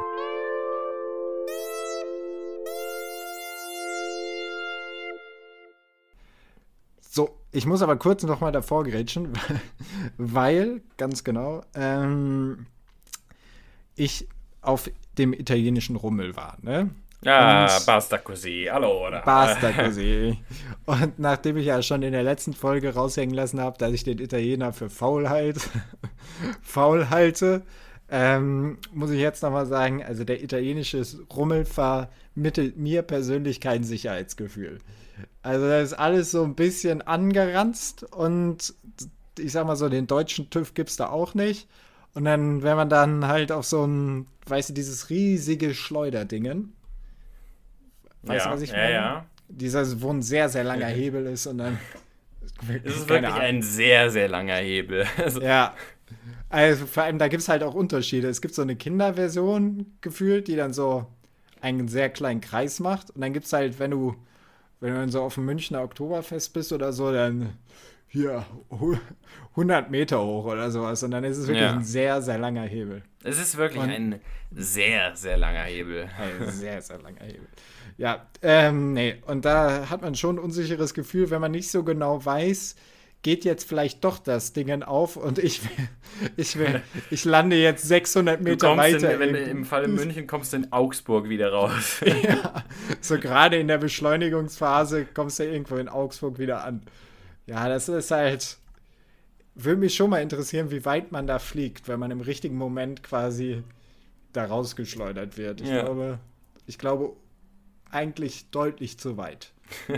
So, ich muss aber kurz noch mal davor grätschen, weil, ganz genau, ähm, ich auf dem italienischen Rummel war, ne? Ah, Und basta così, allora. Basta così. Und nachdem ich ja schon in der letzten Folge raushängen lassen habe, dass ich den Italiener für faul halt, faul halte, ähm, muss ich jetzt nochmal sagen, also der italienische Rummel vermittelt mir persönlich kein Sicherheitsgefühl. Also das ist alles so ein bisschen angeranzt und ich sag mal so, den deutschen TÜV gibt's da auch nicht. Und dann, wenn man dann halt auf so ein, weißt du, dieses riesige Schleuderdingen, weißt du, Ja, was ich ja, meine? ja. Dieser, wo ein sehr, sehr langer Hebel ist und dann. Es ist keine wirklich Ahnung. ein sehr, sehr langer Hebel. Also, Ja. Also vor allem, da gibt es halt auch Unterschiede. Es gibt so eine Kinderversion gefühlt, die dann so einen sehr kleinen Kreis macht. Und dann gibt es halt, wenn du, wenn du dann so auf dem Münchner Oktoberfest bist oder so, dann hier hu- hundert Meter hoch oder sowas. Und dann ist es wirklich Ja. ein sehr, sehr langer Hebel. es ist wirklich Und- ein sehr, sehr langer Hebel. Ein sehr, sehr langer Hebel. Ja, ähm, nee. Und da hat man schon ein unsicheres Gefühl, wenn man nicht so genau weiß, geht jetzt vielleicht doch das Ding auf und ich, ich, ich lande jetzt sechshundert Du Meter kommst weiter. in, wenn, in- im Fall in München kommst du in Augsburg wieder raus. Ja, so gerade in der Beschleunigungsphase kommst du irgendwo in Augsburg wieder an. Ja, das ist halt. Würde mich schon mal interessieren, wie weit man da fliegt, wenn man im richtigen Moment quasi da rausgeschleudert wird. Ich Ja. glaube, ich glaube eigentlich deutlich zu weit.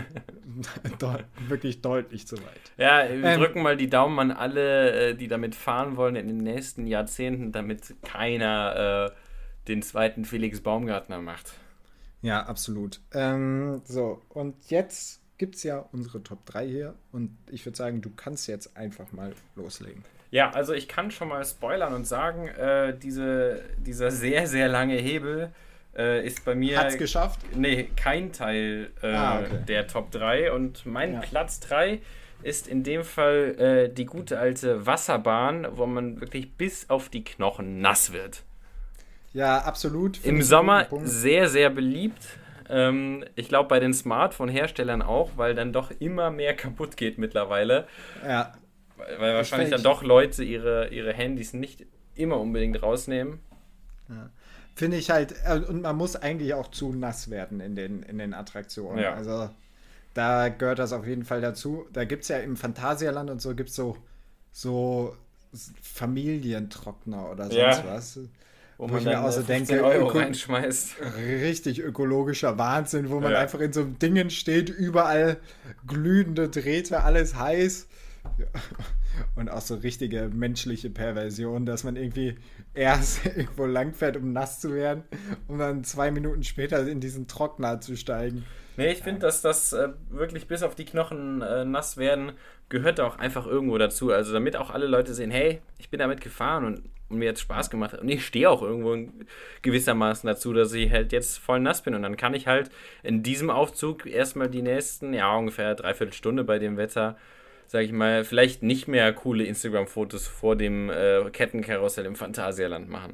Deu wirklich deutlich zu weit. Ja, wir Ähm, drücken mal die Daumen an alle, äh, die damit fahren wollen in den nächsten Jahrzehnten, damit keiner äh, den zweiten Felix Baumgartner macht. Ja, absolut. Ähm, so, und jetzt gibt es ja unsere Top drei hier und ich würde sagen, du kannst jetzt einfach mal loslegen. Ja, also ich kann schon mal spoilern und sagen, äh, diese, dieser sehr, sehr lange Hebel äh, ist bei mir Hat's geschafft? nee, kein Teil äh, Ah, okay. der Top drei und mein Ja. Platz drei ist in dem Fall äh, die gute alte Wasserbahn, wo man wirklich bis auf die Knochen nass wird. Ja, absolut. Finde Im ich einen Sommer guten Punkt. sehr, sehr beliebt. Ähm, ich glaube bei den Smartphone-Herstellern auch, weil dann doch immer mehr kaputt geht mittlerweile. Ja, Weil weil wahrscheinlich dann find- doch Leute ihre, ihre Handys nicht immer unbedingt rausnehmen. finde ich halt, äh, und man muss eigentlich auch zu nass werden in den, in den Attraktionen. Ja. Also da gehört das auf jeden Fall dazu. Da gibt es ja im Phantasialand und so, gibt es so, so S- Familientrockner oder sonst Ja. was. Wo Wo man ich mir dann auch so äh, fünfzehn denke, Euro öko- reinschmeißt. Richtig ökologischer Wahnsinn, wo man Ja. einfach in so einem Dingen steht, überall glühende Drähte, alles heiß. Ja. Und auch so richtige menschliche Perversion, dass man irgendwie erst irgendwo langfährt, um nass zu werden, um dann zwei Minuten später in diesen Trockner zu steigen. Nee, ich finde, dass das äh, wirklich bis auf die Knochen äh, nass werden, gehört auch einfach irgendwo dazu. Also damit auch alle Leute sehen, hey, ich bin damit gefahren und, und mir hat Spaß gemacht. Und ich stehe auch irgendwo in gewissermaßen dazu, dass ich halt jetzt voll nass bin. Und dann kann ich halt in diesem Aufzug erstmal die nächsten, ja, ungefähr dreiviertel Stunde bei dem Wetter, sag ich mal, vielleicht nicht mehr coole Instagram-Fotos vor dem äh, Kettenkarussell im Phantasialand machen.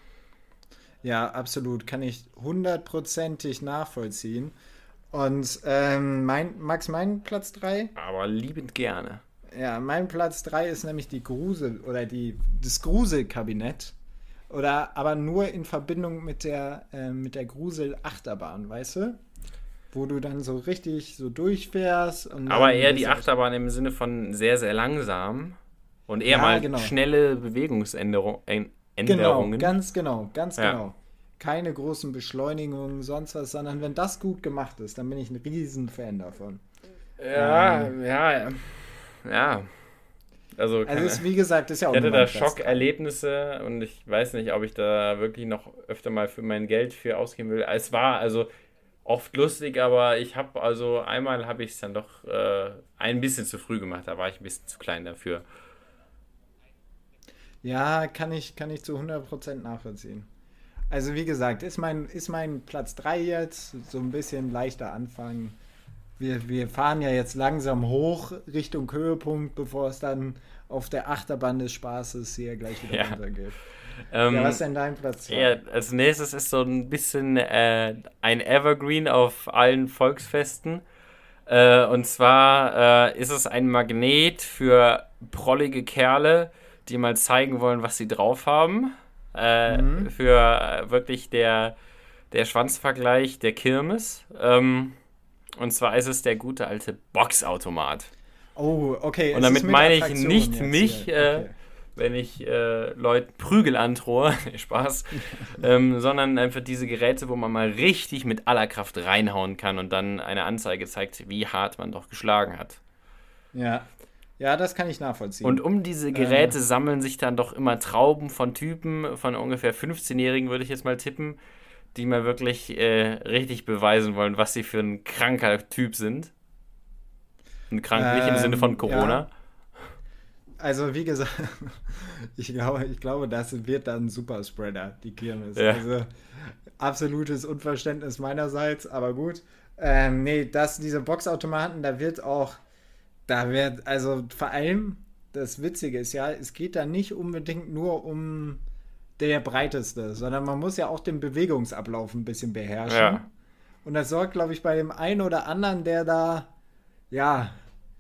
Ja, absolut. Kann ich hundertprozentig nachvollziehen. Und ähm, mein, Max, mein Platz drei? Aber liebend gerne. Ja, mein Platz drei ist nämlich die Grusel oder die, das Gruselkabinett. Oder aber nur in Verbindung mit der, äh, mit der Grusel-Achterbahn, weißt du? Wo du dann so richtig so durchfährst. Und Aber dann eher die bist du- Achterbahn im Sinne von sehr, sehr langsam und eher Ja, mal genau. schnelle Bewegungsänderungen. Genau, ganz genau, ganz Ja. genau. Keine großen Beschleunigungen, sonst was, sondern wenn das gut gemacht ist, dann bin ich ein riesen Fan davon. Ja, ja, ja. Also, Also keine, ist, wie gesagt, ist ja auch ich hatte nur mein da Platz drei. Schockerlebnisse und ich weiß nicht, ob ich da wirklich noch öfter mal für mein Geld für ausgeben will. Es war also oft lustig, aber ich habe also einmal habe ich es dann doch äh, ein bisschen zu früh gemacht. Da war ich ein bisschen zu klein dafür. Ja, kann ich, kann ich zu hundert Prozent nachvollziehen. Also wie gesagt, ist mein, ist mein Platz drei jetzt, so ein bisschen leichter Anfang. Wir, wir fahren ja jetzt langsam hoch Richtung Höhepunkt, bevor es dann auf der Achterbahn des Spaßes hier gleich wieder Ja. runtergeht. Ähm, Ja, was ist denn dein Platz zwei? Ja, als nächstes ist so ein bisschen äh, ein Evergreen auf allen Volksfesten. Äh, und zwar äh, ist es ein Magnet für prollige Kerle, die mal zeigen wollen, was sie drauf haben. Äh, Mhm. Für äh, wirklich der, der Schwanzvergleich der Kirmes. Ähm, und zwar ist es der gute alte Boxautomat. Oh, okay. Und damit meine ich nicht jetzt mich, hier. äh, Okay. wenn ich äh, Leuten Prügel androhe, Spaß, ähm, sondern einfach diese Geräte, wo man mal richtig mit aller Kraft reinhauen kann und dann eine Anzeige zeigt, wie hart man doch geschlagen hat. Ja. Ja, das kann ich nachvollziehen. Und um diese Geräte Äh. sammeln sich dann doch immer Trauben von Typen, von ungefähr fünfzehnjährigen, würde ich jetzt mal tippen, die mal wirklich äh, richtig beweisen wollen, was sie für ein kranker Typ sind. Und krank nicht im Ähm, Sinne von Corona. ja. Also wie gesagt, ich glaube, ich glaube, das wird dann ein Superspreader, die Kirmes. Ja. Also absolutes Unverständnis meinerseits, aber gut. Ähm, nee, das, diese Boxautomaten, da wird auch, da wird, also vor allem, das Witzige ist ja, es geht da nicht unbedingt nur um der Breiteste, sondern man muss ja auch den Bewegungsablauf ein bisschen beherrschen. Ja. Und das sorgt, glaube ich, bei dem einen oder anderen, der da, ja,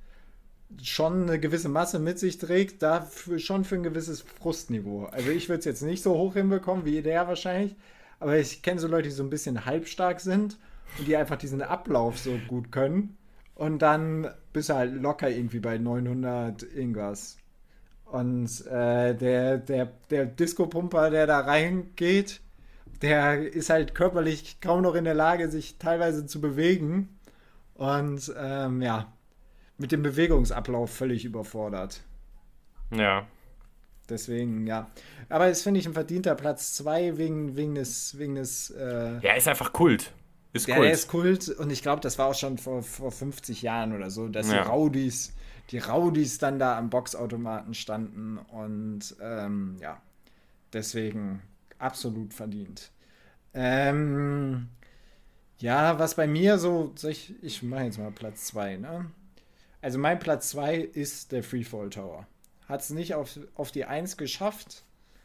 schon eine gewisse Masse mit sich trägt, dafür schon für ein gewisses Frustniveau. Also ich würde es jetzt nicht so hoch hinbekommen wie der wahrscheinlich, aber ich kenne so Leute, die so ein bisschen halbstark sind und die einfach diesen Ablauf so gut können und dann bist du halt locker irgendwie bei neunhundert irgendwas. Und äh, der, der, der Disco-Pumper, der da reingeht, der ist halt körperlich kaum noch in der Lage, sich teilweise zu bewegen und ähm, ja, mit dem Bewegungsablauf völlig überfordert. Ja. Deswegen, ja. Aber es finde ich ein verdienter Platz zwei wegen, wegen des, wegen des äh, Ja, ist einfach Kult. Ist der, Kult. der ist Kult und ich glaube, das war auch schon vor, vor fünfzig Jahren oder so, dass Ja. die Rowdies, die Rowdies dann da am Boxautomaten standen und ähm, ja, deswegen absolut verdient. Ähm, ja, was bei mir so, soll ich, ich mache jetzt mal Platz zwei, ne? Also mein Platz zwei ist der Freefall Tower. Hat es nicht auf, auf die eins geschafft.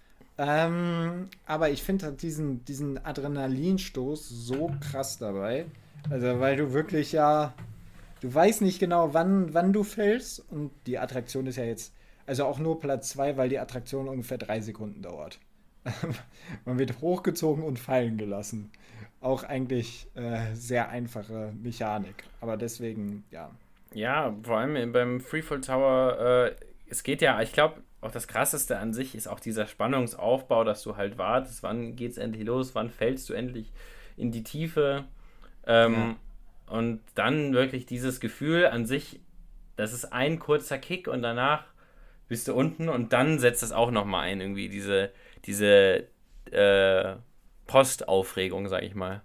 Ähm, aber ich finde halt diesen, diesen Adrenalinstoß so krass dabei. Also weil du wirklich ja, du weißt nicht genau, wann, wann du fällst. Und die Attraktion ist ja jetzt, also auch nur Platz zwei, weil die Attraktion ungefähr drei Sekunden dauert. Man wird hochgezogen und fallen gelassen. Auch eigentlich äh, sehr einfache Mechanik. Aber deswegen, ja. Ja, vor allem beim Freefall Tower, äh, es geht ja, ich glaube, auch das Krasseste an sich ist auch dieser Spannungsaufbau, dass du halt wartest, wann geht's endlich los, wann fällst du endlich in die Tiefe. Ähm, ja. Und dann wirklich dieses Gefühl an sich, das ist ein kurzer Kick und danach bist du unten und dann setzt es auch nochmal ein, irgendwie diese, diese äh, Postaufregung, sag ich mal.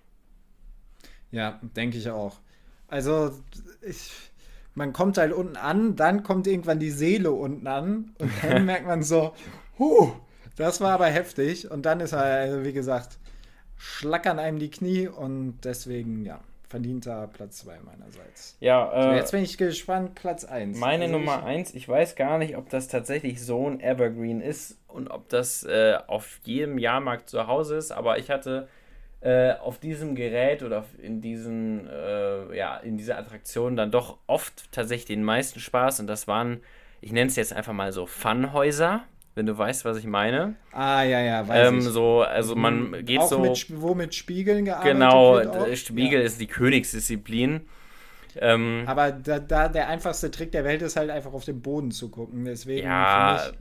Ja, denke ich auch. Also, ich, man kommt halt unten an, dann kommt irgendwann die Seele unten an und dann merkt man so, huh, das war aber heftig. Und dann ist er, also wie gesagt, schlackern einem die Knie und deswegen, ja, verdienter Platz zwei meinerseits. Ja, äh, so, jetzt bin ich gespannt, Platz eins. Meine also Nummer eins, ich weiß gar nicht, ob das tatsächlich so ein Evergreen ist und ob das äh, auf jedem Jahrmarkt zu Hause ist, aber ich hatte äh, auf diesem Gerät oder auf, in diesen, äh, ja, in dieser Attraktion dann doch oft tatsächlich den meisten Spaß und das waren, ich nenne es jetzt einfach mal so Funhäuser, wenn du weißt, was ich meine. Ah, ja, ja, weiß Ähm, ich. so, also man geht auch so... Mit, Sp- wo mit Spiegeln gearbeitet Genau, wird auch? äh, Spiegel Ja. ist die Königsdisziplin. Ähm, Aber da, da der einfachste Trick der Welt ist halt einfach auf den Boden zu gucken. Deswegen ja, für mich.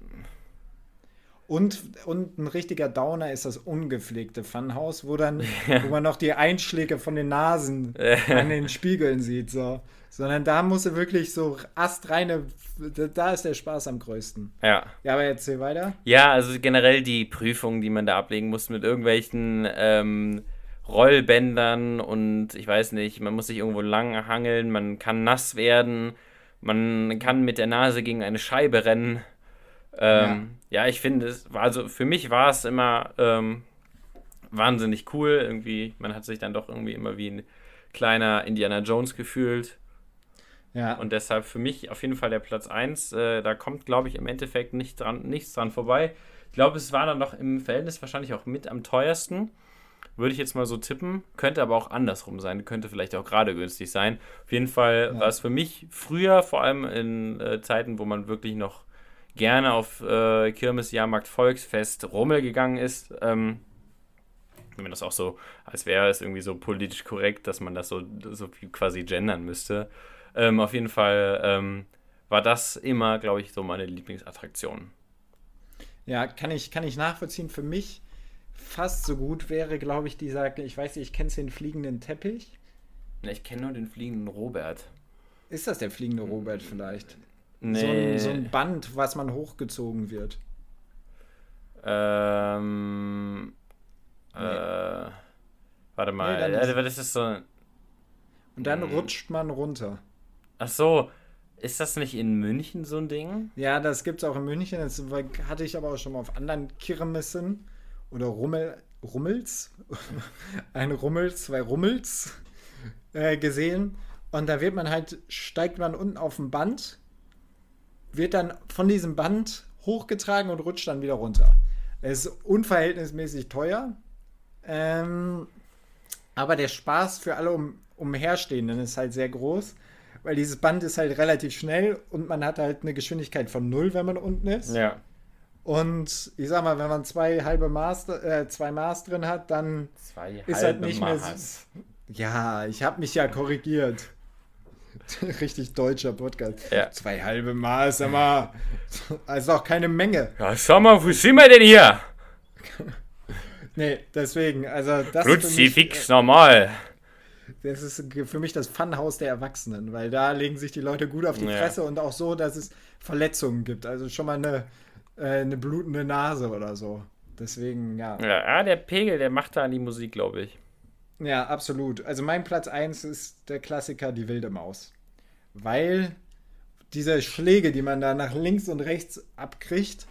Und, und ein richtiger Downer ist das ungepflegte Funhaus, wo dann, wo man noch die Einschläge von den Nasen an den Spiegeln sieht. So. Sondern da musst du wirklich so astreine, da ist der Spaß am größten. ja. Ja, aber erzähl weiter. Ja, also generell die Prüfungen, die man da ablegen muss mit irgendwelchen ähm, Rollbändern und ich weiß nicht, man muss sich irgendwo lang hangeln, man kann nass werden, man kann mit der Nase gegen eine Scheibe rennen. Ähm, ja. ja, ich finde es, war- also für mich war es immer ähm, wahnsinnig cool. Irgendwie, man hat sich dann doch irgendwie immer wie ein kleiner Indiana Jones gefühlt. Ja. Und deshalb für mich auf jeden Fall der Platz eins. Äh, da kommt, glaube ich, im Endeffekt nicht dran, nichts dran vorbei. Ich glaube, es war dann noch im Verhältnis wahrscheinlich auch mit am teuersten. Würde ich jetzt mal so tippen. Könnte aber auch andersrum sein. Könnte vielleicht auch gerade günstig sein. Auf jeden Fall Ja. war es für mich früher, vor allem in äh, Zeiten, wo man wirklich noch gerne auf äh, Kirmes, Jahrmarkt, Volksfest, Rummel gegangen ist. Ähm, wenn man das auch so, als wäre es irgendwie so politisch korrekt, dass man das so, so viel quasi gendern müsste. Ähm, auf jeden Fall ähm, war das immer, glaube ich, so meine Lieblingsattraktion. Ja, kann ich, kann ich nachvollziehen. Für mich fast so gut wäre, glaube ich, dieser, ich weiß nicht, ich kenne den fliegenden Teppich. Ich kenne nur den fliegenden Robert. Ist das der fliegende Robert vielleicht? Nee. So ein, so ein Band, was man hochgezogen wird. Ähm, nee. äh, warte mal, nee, ja, das ist so. Und dann hm. rutscht man runter. Ach so, ist das nicht in München so ein Ding? Ja, das gibt's auch in München. Das hatte ich aber auch schon mal auf anderen Kirmessen oder Rummel, Rummels, ein Rummels, zwei Rummels äh, gesehen. Und da wird man halt, steigt man unten auf dem Band, wird dann von diesem Band hochgetragen und rutscht dann wieder runter. Es ist unverhältnismäßig teuer. Ähm, aber der Spaß für alle um, Umherstehenden ist halt sehr groß, weil dieses Band ist halt relativ schnell und man hat halt eine Geschwindigkeit von null, wenn man unten ist. Ja. Und ich sag mal, wenn man zwei halbe Maß, äh, zwei Maß drin hat, dann zwei ist halt nicht Maß. mehr so. Ja, ich habe mich ja korrigiert. Richtig deutscher Podcast. Ja. Zwei halbe Maß, sag mal. Also auch keine Menge. Ja, sag mal, wo sind wir denn hier? Nee, deswegen, also das Kruzifix ist normal. Das ist für mich das Funhaus der Erwachsenen, weil da legen sich die Leute gut auf die Ja. Fresse und auch so, dass es Verletzungen gibt. Also schon mal eine, äh, eine blutende Nase oder so. Deswegen, ja. Ja, der Pegel, der macht da an die Musik, glaube ich. Ja, absolut. Also mein Platz eins ist der Klassiker Die wilde Maus. Weil diese Schläge, die man da nach links und rechts abkriegt,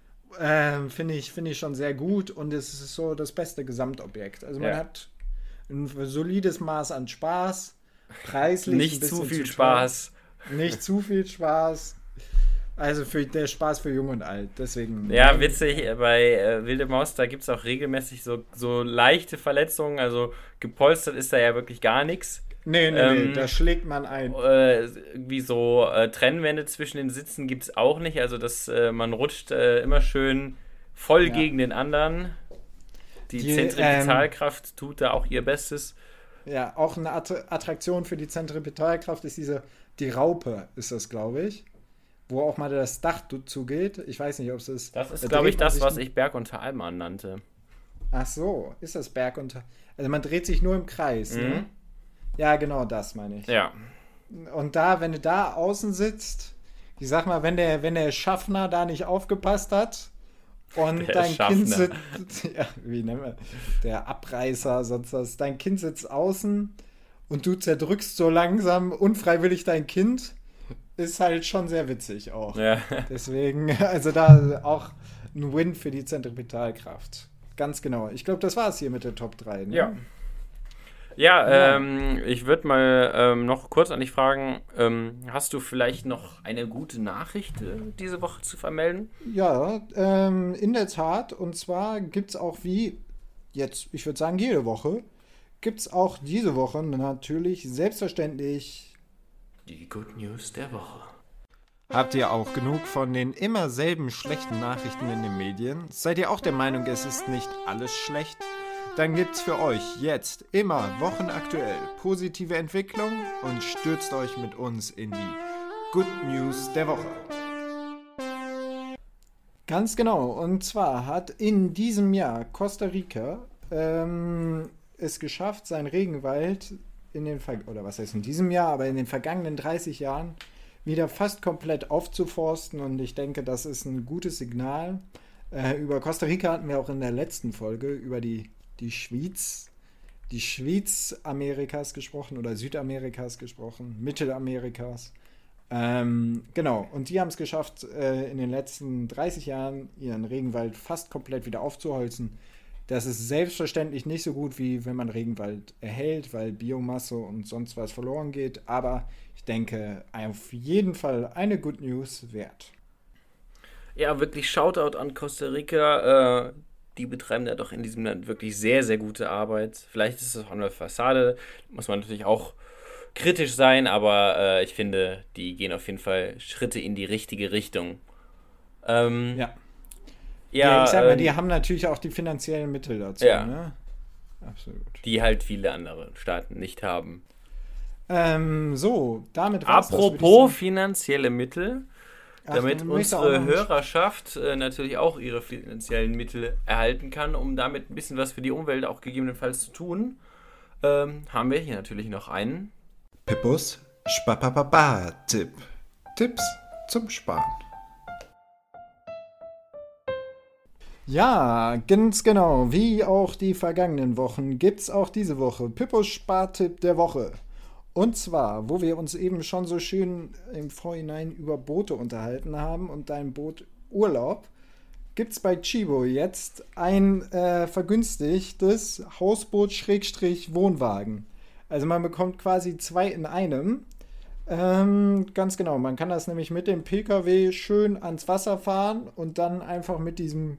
äh, finde ich, finde ich schon sehr gut und es ist so das beste Gesamtobjekt. Also man Ja. hat ein solides Maß an Spaß, preislich ein Nicht bisschen zu viel teuer. Spaß. Nicht zu viel Spaß. Also für der Spaß für Jung und Alt. Deswegen. Ja, witzig, bei äh, Wilde Maus, da gibt es auch regelmäßig so, so leichte Verletzungen. Also gepolstert ist da ja wirklich gar nichts. Nee, nee, Ähm, nee, da schlägt man ein. Äh, irgendwie so äh, Trennwände zwischen den Sitzen gibt es auch nicht. Also dass äh, man rutscht äh, immer schön voll Ja. gegen den anderen. Die, Die, Zentrifugalkraft ähm, tut da auch ihr Bestes. Ja, auch eine Att- Attraktion für die Zentripetalkraft ist diese, die Raupe ist das, glaube ich. Wo auch mal das Dach zugeht. Ich weiß nicht, ob es ist. Das ist, da glaube ich, dreht man das, sich- was ich Berg unter Alman nannte. Ach so, ist das Berg unter. Also man dreht sich nur im Kreis, Mhm. ne? Ja, genau das meine ich. Ja. Und da, wenn du da außen sitzt, ich sag mal, wenn der, wenn der Schaffner da nicht aufgepasst hat und Der dein Schaffner. Kind sitzt, ja, wie nennen wir, der Abreißer, sonst was, dein Kind sitzt außen und du zerdrückst so langsam unfreiwillig dein Kind, ist halt schon sehr witzig auch. Ja. Deswegen, also da auch ein Win für die Zentripetalkraft. Ganz genau. Ich glaube, das war es hier mit der Top drei. Ne? Ja. Ja, Ja. ähm, ich würde mal ähm, noch kurz an dich fragen, ähm, hast du vielleicht noch eine gute Nachricht äh, diese Woche zu vermelden? Ja, ähm, in der Tat. Und zwar gibt es auch wie jetzt, ich würde sagen jede Woche, gibt es auch diese Woche natürlich selbstverständlich. Die Good News der Woche. Habt ihr auch genug von den immer selben schlechten Nachrichten in den Medien? Seid ihr auch der Meinung, es ist nicht alles schlecht? Dann gibt's für euch jetzt immer wochenaktuell positive Entwicklung und stürzt euch mit uns in die Good News der Woche. Ganz genau. Und zwar hat in diesem Jahr Costa Rica ähm, es geschafft, seinen Regenwald in den Ver- oder was heißt in diesem Jahr, aber in den vergangenen dreißig Jahren wieder fast komplett aufzuforsten. Und ich denke, das ist ein gutes Signal. Äh, über Costa Rica hatten wir auch in der letzten Folge über die, die Schweiz, die Schweiz Amerikas gesprochen oder Südamerikas gesprochen, Mittelamerikas. Ähm, genau, und die haben es geschafft, äh, in den letzten dreißig Jahren ihren Regenwald fast komplett wieder aufzuholzen. Das ist selbstverständlich nicht so gut, wie wenn man Regenwald erhält, weil Biomasse und sonst was verloren geht. Aber ich denke, auf jeden Fall eine Good News wert. Ja, wirklich Shoutout an Costa Rica. Äh, die betreiben da doch in diesem Land wirklich sehr, sehr gute Arbeit. Vielleicht ist es auch eine Fassade, muss man natürlich auch kritisch sein, aber äh, ich finde, die gehen auf jeden Fall Schritte in die richtige Richtung. Ähm, Ja. ja, Ja, ich sag mal, ähm, die haben natürlich auch die finanziellen Mittel dazu. ja. Ne? absolut. Die halt viele andere Staaten nicht haben. Ähm, so, damit war's das, würde ich Apropos sagen. finanzielle Mittel, Ach, damit dann möchte auch unsere noch- Hörerschaft äh, natürlich auch ihre finanziellen Mittel erhalten kann, um damit ein bisschen was für die Umwelt auch gegebenenfalls zu tun, ähm, haben wir hier natürlich noch einen. Pippus Spapapapa-Tipp. Tipps zum Sparen. Ja, ganz genau. Wie auch die vergangenen Wochen gibt's auch diese Woche Pippos Spartipp der Woche. Und zwar, wo wir uns eben schon so schön im Vorhinein über Boote unterhalten haben und dein Boot Urlaub, gibt's bei Chibo jetzt ein äh, vergünstigtes Hausboot-Wohnwagen. Also man bekommt quasi zwei in einem. Ähm, ganz genau, man kann das nämlich mit dem P K W schön ans Wasser fahren und dann einfach mit diesem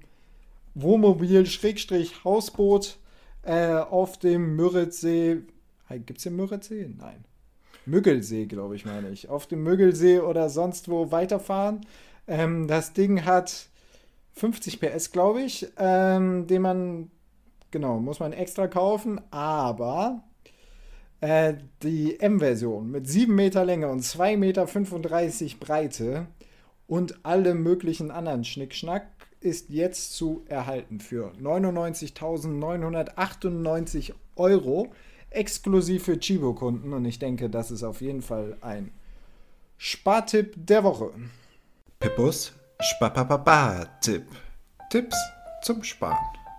Wohnmobil-Hausboot äh, auf dem Müritzsee. Gibt es den Müritzsee? Nein. Müggelsee, glaube ich, meine ich. Auf dem Müggelsee oder sonst wo weiterfahren. Ähm, das Ding hat fünfzig P S, glaube ich, ähm, den man, genau, muss man extra kaufen, aber äh, die M-Version mit sieben Meter Länge und zwei Meter fünfunddreißig Breite und alle möglichen anderen Schnickschnack ist jetzt zu erhalten für neunundneunzigtausendneunhundertachtundneunzig Euro, exklusiv für Chibo-Kunden, und ich denke, das ist auf jeden Fall ein Spartipp der Woche. Pippus Spapapapa-Tipp. Tipps zum Sparen.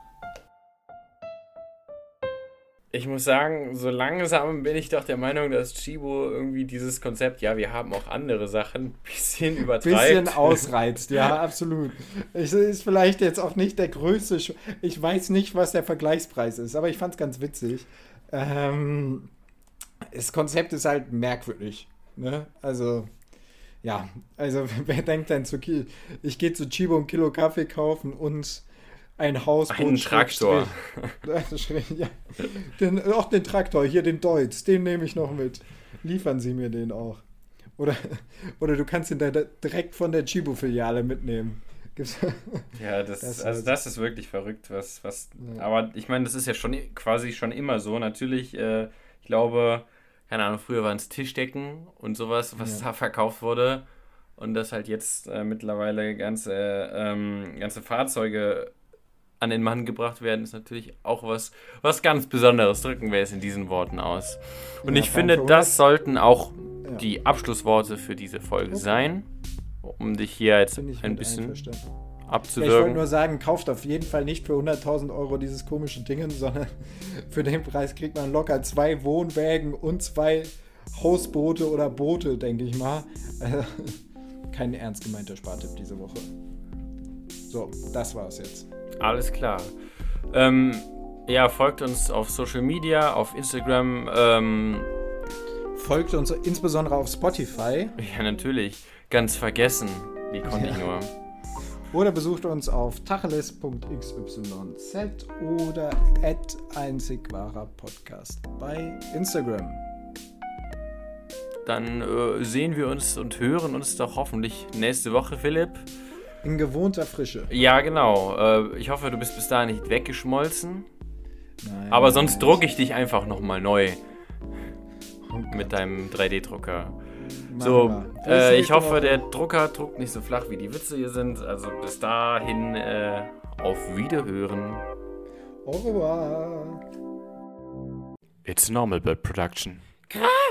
Ich muss sagen, so langsam bin ich doch der Meinung, dass Chibo irgendwie dieses Konzept, ja, wir haben auch andere Sachen, ein bisschen übertreibt. Bisschen ausreizt, ja, absolut. Es ist vielleicht jetzt auch nicht der größte, Sch ich weiß nicht, was der Vergleichspreis ist, aber ich fand es ganz witzig. Ähm, das Konzept ist halt merkwürdig, ne? Also, ja, also wer denkt denn zu Ki ich gehe zu Chibo ein Kilo Kaffee kaufen und ein Hausboot. Einen Traktor. Ja. Den, auch den Traktor, hier den Deutz, den nehme ich noch mit. Liefern Sie mir den auch. Oder, oder du kannst ihn da direkt von der Chibo-Filiale mitnehmen. Gibt's Ja, das, Das also ist- das ist wirklich verrückt, was, was, Ja. aber ich meine, das ist ja schon quasi schon immer so. Natürlich, äh, ich glaube, keine Ahnung, früher waren es Tischdecken und sowas, was Ja. da verkauft wurde, und dass halt jetzt äh, mittlerweile ganze, ähm, ganze Fahrzeuge an den Mann gebracht werden, ist natürlich auch was, was ganz Besonderes. Drücken wir es in diesen Worten aus. Und Ja, ich vor allem finde, für hundert das sollten auch Ja. die Abschlussworte für diese Folge Okay. sein, um dich hier jetzt Bin ich ein mit bisschen einverstanden. Ja, ich wollte abzuwürgen. nur sagen, kauft auf jeden Fall nicht für hunderttausend Euro dieses komische Ding, sondern für den Preis kriegt man locker zwei Wohnwägen und zwei Hausboote oder Boote, denke ich mal. Also, kein ernst gemeinter Spartipp diese Woche. So, das war's jetzt. Alles klar. Ähm, ja, folgt uns auf Social Media, auf Instagram. Ähm, Folgt uns insbesondere auf Spotify ja, natürlich. Ganz vergessen. Wie konnte ich nur? oder besucht uns auf tacheles punkt x y z oder at einzig wahrer Podcast bei Instagram. Dann äh, sehen wir uns und hören uns doch hoffentlich nächste Woche, Philipp. In gewohnter Frische. Ja, genau. Äh, ich hoffe, du bist bis dahin nicht weggeschmolzen. Nein, Aber sonst nein. drucke ich dich einfach nochmal neu Oh Gott. mit deinem drei D-Drucker. Machen So, wir. Bis äh, ich nächste hoffe, Woche. der Drucker druckt nicht so flach, wie die Witze hier sind. Also bis dahin, äh, auf Wiederhören. Au revoir. It's Normal Bird Production.